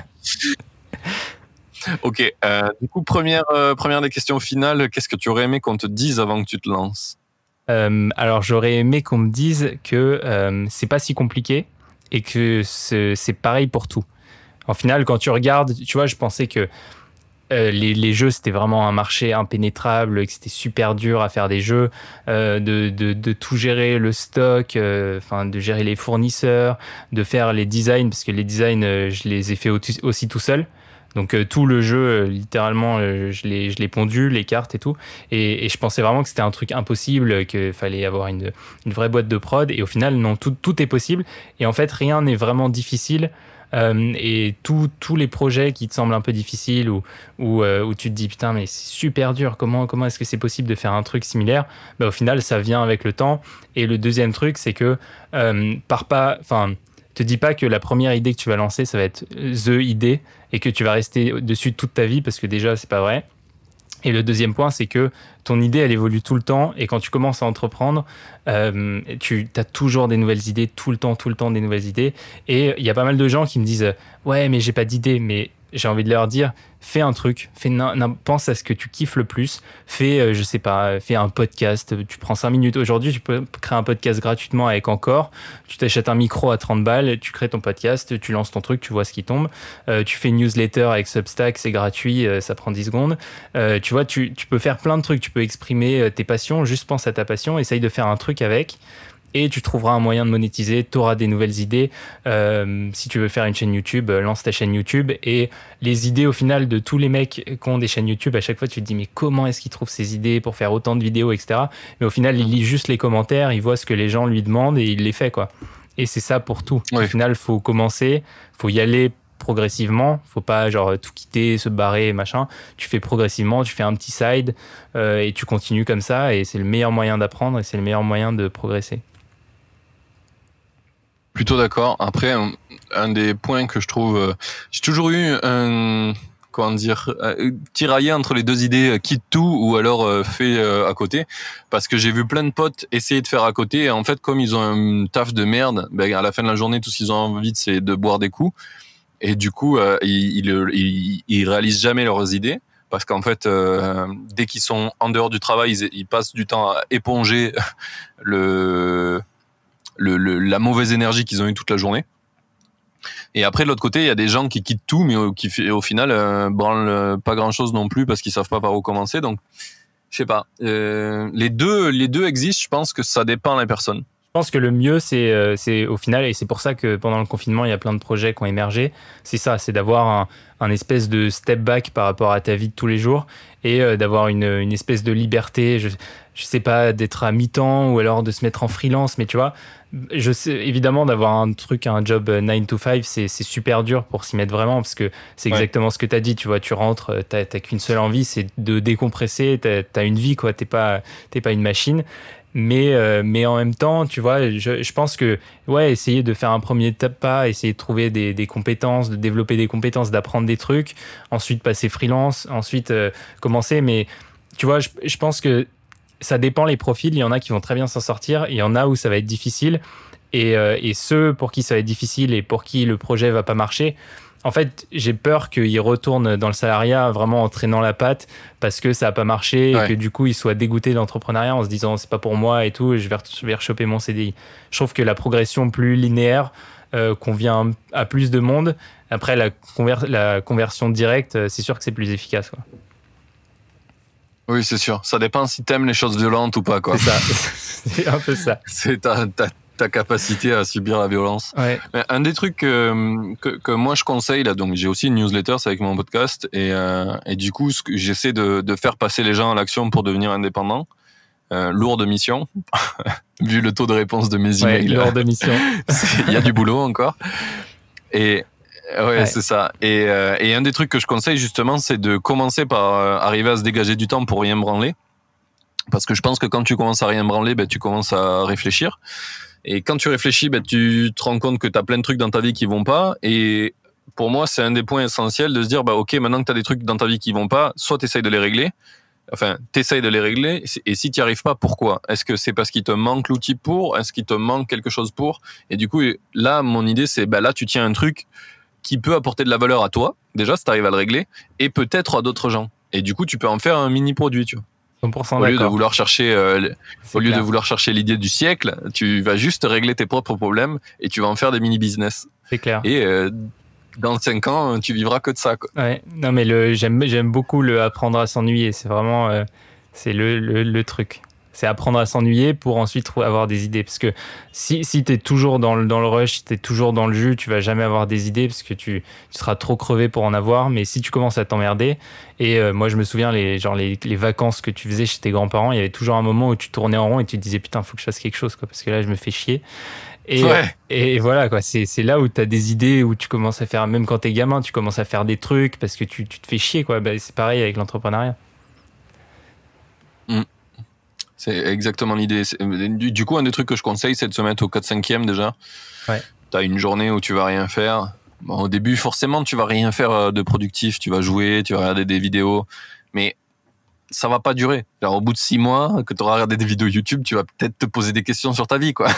Ok, euh, du coup, première, euh, première des questions finales, qu'est-ce que tu aurais aimé qu'on te dise avant que tu te lances? Euh, alors, j'aurais aimé qu'on me dise que euh, c'est pas si compliqué et que c'est, c'est pareil pour tout. En final, quand tu regardes, tu vois, je pensais que euh, les, les jeux, c'était vraiment un marché impénétrable, que c'était super dur à faire des jeux, euh, de, de, de tout gérer, le stock, euh, enfin, de gérer les fournisseurs, de faire les designs, parce que les designs, euh, je les ai fait au- aussi tout seul. Donc euh, tout le jeu, euh, littéralement, euh, je l'ai, je l'ai pondu, les cartes et tout. Et, et je pensais vraiment que c'était un truc impossible, qu'il fallait avoir une, une vraie boîte de prod. Et au final, non, tout, tout est possible. Et en fait, rien n'est vraiment difficile. Euh, et tous tous les projets qui te semblent un peu difficiles ou où, euh, où tu te dis putain mais c'est super dur, comment, comment est-ce que c'est possible de faire un truc similaire, bah, au final ça vient avec le temps. Et le deuxième truc c'est que euh, pars pas, enfin te dis pas que la première idée que tu vas lancer ça va être the idée et que tu vas rester dessus toute ta vie, parce que déjà c'est pas vrai. Et le deuxième point, c'est que ton idée, elle évolue tout le temps. Et quand tu commences à entreprendre, euh, tu as toujours des nouvelles idées, tout le temps, tout le temps des nouvelles idées. Et il y a pas mal de gens qui me disent « Ouais, mais j'ai pas d'idée. » Mais j'ai envie de leur dire « Fais un truc. Fais na- na- pense à ce que tu kiffes le plus. Fais, euh, je sais pas, fais un podcast. Tu prends cinq minutes. Aujourd'hui, tu peux créer un podcast gratuitement avec Encore. Tu t'achètes un micro à trente balles. Tu crées ton podcast. Tu lances ton truc. Tu vois ce qui tombe. Euh, tu fais une newsletter avec Substack. C'est gratuit. euh, ça prend dix secondes. Euh, tu vois, tu, tu peux faire plein de trucs. Tu peux exprimer euh, tes passions. Juste pense à ta passion. Essaye de faire un truc avec. Et tu trouveras un moyen de monétiser, tu auras des nouvelles idées. Euh, si tu veux faire une chaîne YouTube, euh, lance ta chaîne YouTube. Et les idées, au final, de tous les mecs qui ont des chaînes YouTube, à chaque fois, tu te dis, mais comment est-ce qu'ils trouvent ces idées pour faire autant de vidéos, et cetera. Mais au final, il lit juste les commentaires, il voit ce que les gens lui demandent et il les fait, quoi. Et c'est ça pour tout. Oui. Au final, il faut commencer, il faut y aller progressivement. Faut pas genre tout quitter, se barrer, machin. Tu fais progressivement, tu fais un petit side euh, et tu continues comme ça. Et c'est le meilleur moyen d'apprendre et c'est le meilleur moyen de progresser. Plutôt d'accord. Après, un, un des points que je trouve, euh, j'ai toujours eu un, comment dire, euh, tiraillé entre les deux idées, euh, quitte tout ou alors euh, fait euh, à côté, parce que j'ai vu plein de potes essayer de faire à côté et en fait, comme ils ont un taf de merde, ben, à la fin de la journée, tout ce qu'ils ont envie, c'est de boire des coups et du coup, euh, ils, ils, ils, ils réalisent jamais leurs idées. Parce qu'en fait, euh, dès qu'ils sont en dehors du travail, ils, ils passent du temps à éponger le Le, le, la mauvaise énergie qu'ils ont eu toute la journée. Et après, de l'autre côté, il y a des gens qui quittent tout, mais qui, au final, euh, branlent pas grand-chose non plus parce qu'ils savent pas par où commencer. Donc, je sais pas. Euh, les deux, les deux existent. Je pense que ça dépend de la personne. Je pense que le mieux, c'est, euh, c'est au final, et c'est pour ça que pendant le confinement, il y a plein de projets qui ont émergé, c'est ça, c'est d'avoir un, un espèce de step back par rapport à ta vie de tous les jours et euh, d'avoir une, une espèce de liberté, je, je sais pas, d'être à mi-temps ou alors de se mettre en freelance, mais tu vois, je sais évidemment d'avoir un truc, un job nine to five, c'est, c'est super dur pour s'y mettre vraiment parce que c'est exactement ouais. ce que tu as dit, tu vois, tu rentres, t'as, t'as qu'une seule envie, c'est de décompresser, t'as, t'as une vie, quoi, t'es pas, t'es pas une machine. Mais, euh, mais en même temps, tu vois, je, je pense que, ouais, essayer de faire un premier pas, essayer de trouver des, des compétences, de développer des compétences, d'apprendre des trucs, ensuite passer freelance, ensuite euh, commencer. Mais tu vois, je, je pense que ça dépend les profils. Il y en a qui vont très bien s'en sortir, il y en a où ça va être difficile. Et, euh, et ceux pour qui ça va être difficile et pour qui le projet va pas marcher, en fait, j'ai peur qu'ils retournent dans le salariat vraiment en traînant la patte parce que ça n'a pas marché ouais. et que du coup, ils soient dégoûtés de l'entrepreneuriat en se disant c'est pas pour moi et tout, et je vais, je vais rechoper mon C D I. Je trouve que la progression plus linéaire, euh, convient à plus de monde. Après, la, conver- la conversion directe, c'est sûr que c'est plus efficace, quoi. Oui, c'est sûr. Ça dépend si t'aimes les choses violentes ou pas, quoi. C'est ça. C'est un peu ça. C'est ta, ta, ta capacité à subir la violence. Ouais. Mais un des trucs que, que, que moi je conseille, là, donc j'ai aussi une newsletter, c'est avec mon podcast, et, euh, et du coup, ce que j'essaie de, de faire passer les gens à l'action pour devenir indépendants. Euh, lourde mission, vu le taux de réponse de mes Ouais, emails. lourde mission. Il y a du boulot encore. Et ouais, Ouais. c'est ça. Et, euh, et un des trucs que je conseille justement, c'est de commencer par euh, arriver à se dégager du temps pour rien branler. Parce que je pense que quand tu commences à rien branler, ben, tu commences à réfléchir. Et quand tu réfléchis, ben, tu te rends compte que tu as plein de trucs dans ta vie qui vont pas. Et pour moi, c'est un des points essentiels de se dire, bah, ok, maintenant que tu as des trucs dans ta vie qui vont pas, soit tu essayes de les régler. Enfin, t'essayes de les régler, et si t'y arrives pas, pourquoi ? Est-ce que c'est parce qu'il te manque l'outil pour ? Est-ce qu'il te manque quelque chose pour ? Et du coup, là, mon idée, c'est, bah là, tu tiens un truc qui peut apporter de la valeur à toi, déjà, si t'arrives à le régler, et peut-être à d'autres gens. Et du coup, tu peux en faire un mini-produit, tu vois. cent pour cent Au lieu d'accord. de vouloir chercher, euh, C'est au lieu clair. de vouloir chercher l'idée du siècle, tu vas juste régler tes propres problèmes, et tu vas en faire des mini-business. C'est clair. Et euh, dans cinq ans, tu vivras que de ça, quoi. Ouais. Non, mais le, j'aime, j'aime beaucoup le apprendre à s'ennuyer. C'est vraiment euh, c'est le, le, le truc. C'est apprendre à s'ennuyer pour ensuite trou- avoir des idées. Parce que si, si tu es toujours dans le, dans le rush, si tu es toujours dans le jus, tu vas jamais avoir des idées parce que tu, tu seras trop crevé pour en avoir. Mais si tu commences à t'emmerder, et euh, moi je me souviens, les, genre les, les vacances que tu faisais chez tes grands-parents, il y avait toujours un moment où tu tournais en rond et tu te disais putain, faut que je fasse quelque chose, quoi, parce que là je me fais chier. Et, Ouais. et voilà, quoi. C'est, c'est là où tu as des idées, où tu commences à faire, même quand t'es gamin, tu commences à faire des trucs parce que tu, tu te fais chier, quoi. Bah, c'est pareil avec l'entrepreneuriat. C'est exactement l'idée. C'est- Du, du coup, un des trucs que je conseille, c'est de se mettre au quatre cinquième déjà. Ouais. T'as une journée où tu vas rien faire. Bon, au début, forcément, tu vas rien faire euh, de productif. Tu vas jouer, tu vas regarder des vidéos. Mais ça va pas durer. Genre, au bout de six mois, que tu auras regardé des vidéos YouTube, tu vas peut-être te poser des questions sur ta vie, quoi.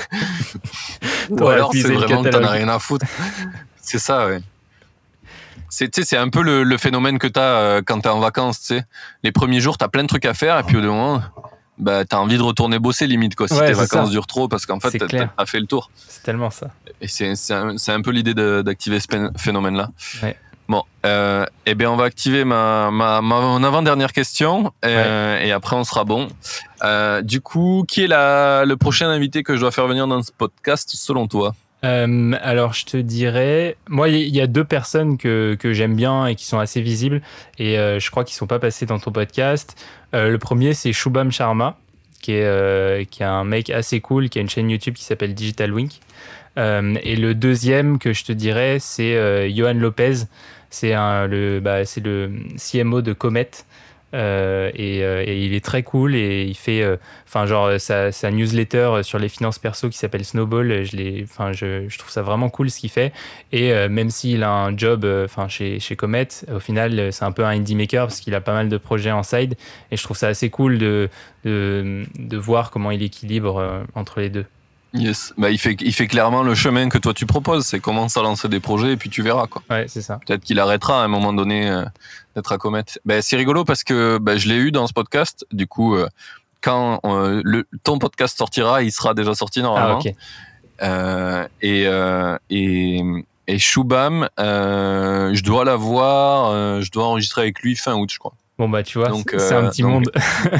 Ou T'auras alors, c'est épuisé le vraiment que t'en as catalogue. rien à foutre. C'est ça, ouais. C'est, tu sais, c'est un peu le, le phénomène que t'as euh, quand t'es en vacances, tu sais. Les premiers jours, t'as plein de trucs à faire, et puis au bout d'un moment, bah, t'as envie de retourner bosser limite, quoi, si Ouais, tes c'est vacances ça. durent trop, parce qu'en fait, C'est t'as, clair. t'as fait le tour. C'est tellement ça. Et c'est, c'est, un, c'est un peu l'idée de, d'activer ce pén- phénomène-là. Ouais. Bon, euh, eh bien, on va activer ma, ma, ma mon avant-dernière question, euh, et après, on sera bon. Euh, du coup, qui est la, le prochain invité que je dois faire venir dans ce podcast, selon toi ? Euh, alors, je te dirais, moi, il y, y a deux personnes que, que j'aime bien et qui sont assez visibles, et euh, je crois qu'ils sont pas passés dans ton podcast. Euh, le premier, c'est Shubham Sharma, qui est, euh, qui est un mec assez cool, qui a une chaîne YouTube qui s'appelle Digital Wink. Euh, et le deuxième que je te dirais, c'est euh, Johan Lopez. C'est un, le, bah, c'est le C M O de Comet. Euh, et, euh, et il est très cool et il fait enfin euh, genre sa, sa newsletter sur les finances perso qui s'appelle Snowball, je, l'ai, je, je trouve ça vraiment cool ce qu'il fait, et euh, même s'il a un job enfin chez, chez Comet, au final c'est un peu un indie maker parce qu'il a pas mal de projets en side, et je trouve ça assez cool de, de, de voir comment il équilibre euh, entre les deux. Yes, bah, il fait, il fait clairement le chemin que toi tu proposes, c'est commence à lancer des projets et puis tu verras, quoi. Ouais, c'est ça. Peut-être qu'il arrêtera à un moment donné euh, d'être à Comet. Bah, c'est rigolo parce que bah, je l'ai eu dans ce podcast, du coup, euh, quand euh, le, ton podcast sortira, il sera déjà sorti normalement. Ah, ok. Euh, et, euh, et, et Shubham, euh, je dois l'avoir, euh, je dois enregistrer avec lui fin août, je crois. Bon, bah tu vois, Donc, c'est, c'est un euh, petit donc, monde.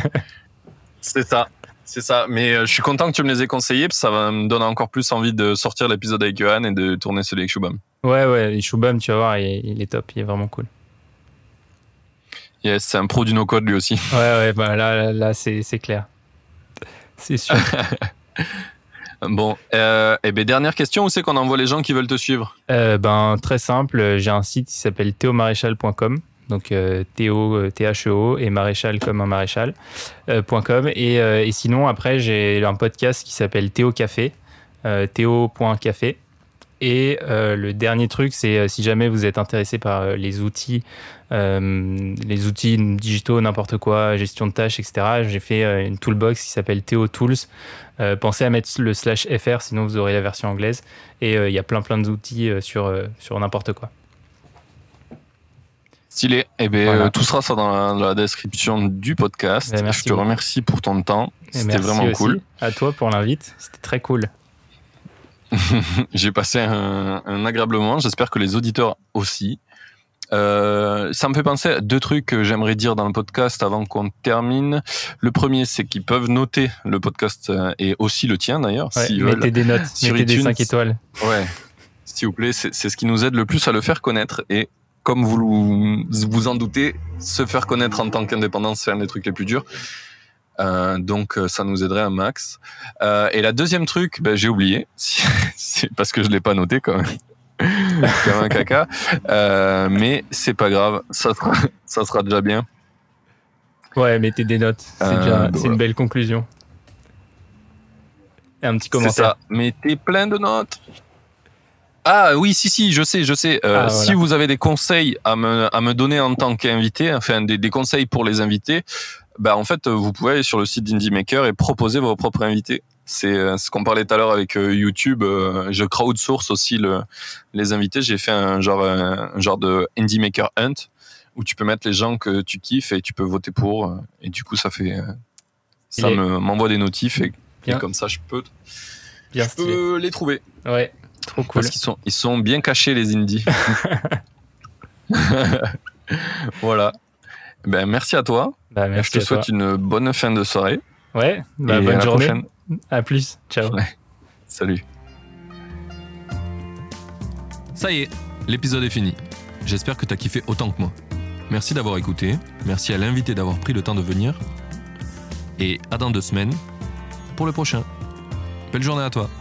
C'est ça. C'est ça, mais euh, je suis content que tu me les aies conseillés, parce que ça va me donner encore plus envie de sortir l'épisode avec Johan et de tourner celui avec Shubham. Ouais, ouais, et Shubham, tu vas voir, il, il est top, il est vraiment cool. Yes, c'est un pro du no-code lui aussi. Ouais, ouais, bah là, là, là c'est, c'est clair. C'est sûr. Bon, euh, et ben dernière question, où c'est qu'on envoie les gens qui veulent te suivre ? euh, Ben, très simple, j'ai un site qui s'appelle theo maréchal point com. Donc euh, Théo, T H E O, et maréchal comme un maréchal, euh, .com. Et, euh, et sinon, après, j'ai un podcast qui s'appelle Théo Café, euh, théo point café. Et euh, le dernier truc, c'est euh, si jamais vous êtes intéressé par euh, les outils, euh, les outils digitaux, n'importe quoi, gestion de tâches, et cetera, j'ai fait euh, une toolbox qui s'appelle Théo Tools. Euh, pensez à mettre le slash F R, sinon vous aurez la version anglaise. Et il euh, y a plein plein d'outils euh, sur, euh, sur n'importe quoi. Stylé. Eh bien, Voilà. euh, tout sera ça dans la, dans la description du podcast. Ben, merci je te beaucoup. remercie pour ton temps. Et C'était merci vraiment aussi cool. à toi pour l'invite. C'était très cool. J'ai passé un, un agréable moment. J'espère que les auditeurs aussi. Euh, ça me fait penser à deux trucs que j'aimerais dire dans le podcast avant qu'on termine. Le premier, c'est qu'ils peuvent noter le podcast et aussi le tien d'ailleurs. Ouais, s'ils mettez veulent. des notes, Sur mettez des iTunes. cinq étoiles. Ouais, s'il vous plaît, c'est, c'est ce qui nous aide le plus à le faire connaître. Et comme vous vous en doutez, se faire connaître en tant qu'indépendant, c'est un des trucs les plus durs. Euh, donc ça nous aiderait un max. Euh, et la deuxième truc, ben, j'ai oublié, c'est parce que je l'ai pas noté quand même. Comme un caca, euh, mais c'est pas grave, ça sera, ça sera déjà bien. Ouais, mettez des notes, c'est, Euh, déjà, donc c'est voilà. une belle conclusion. Et un petit C'est commentaire. ça, mettez plein de notes. Ah oui, si, si, je sais, je sais. Euh, Ah, si voilà. vous avez des conseils à me, à me donner en tant qu'invité, enfin des, des conseils pour les invités, bah en fait, vous pouvez aller sur le site d'Indie Maker et proposer vos propres invités. C'est euh, ce qu'on parlait tout à l'heure avec euh, YouTube. Euh, je crowdsource aussi le, les invités. J'ai fait un genre, un, un genre de Indie Maker Hunt où tu peux mettre les gens que tu kiffes et tu peux voter pour. euh, Et du coup, ça fait, euh, ça Il est me, m'envoie des notifs et, bien, et comme ça, je peux, bien je stylé. peux les trouver. Ouais, trop cool. Parce qu'ils sont, ils sont bien cachés, les indies. Voilà. Ben, merci à toi. Bah, Je merci te à souhaite toi. une bonne fin de soirée. Ouais, bah, et à bonne la journée. prochaine. À plus. Ciao. Ouais. Salut. Ça y est, l'épisode est fini. J'espère que t'as kiffé autant que moi. Merci d'avoir écouté, merci à l'invité d'avoir pris le temps de venir. Et à dans deux semaines pour le prochain. Belle journée à toi.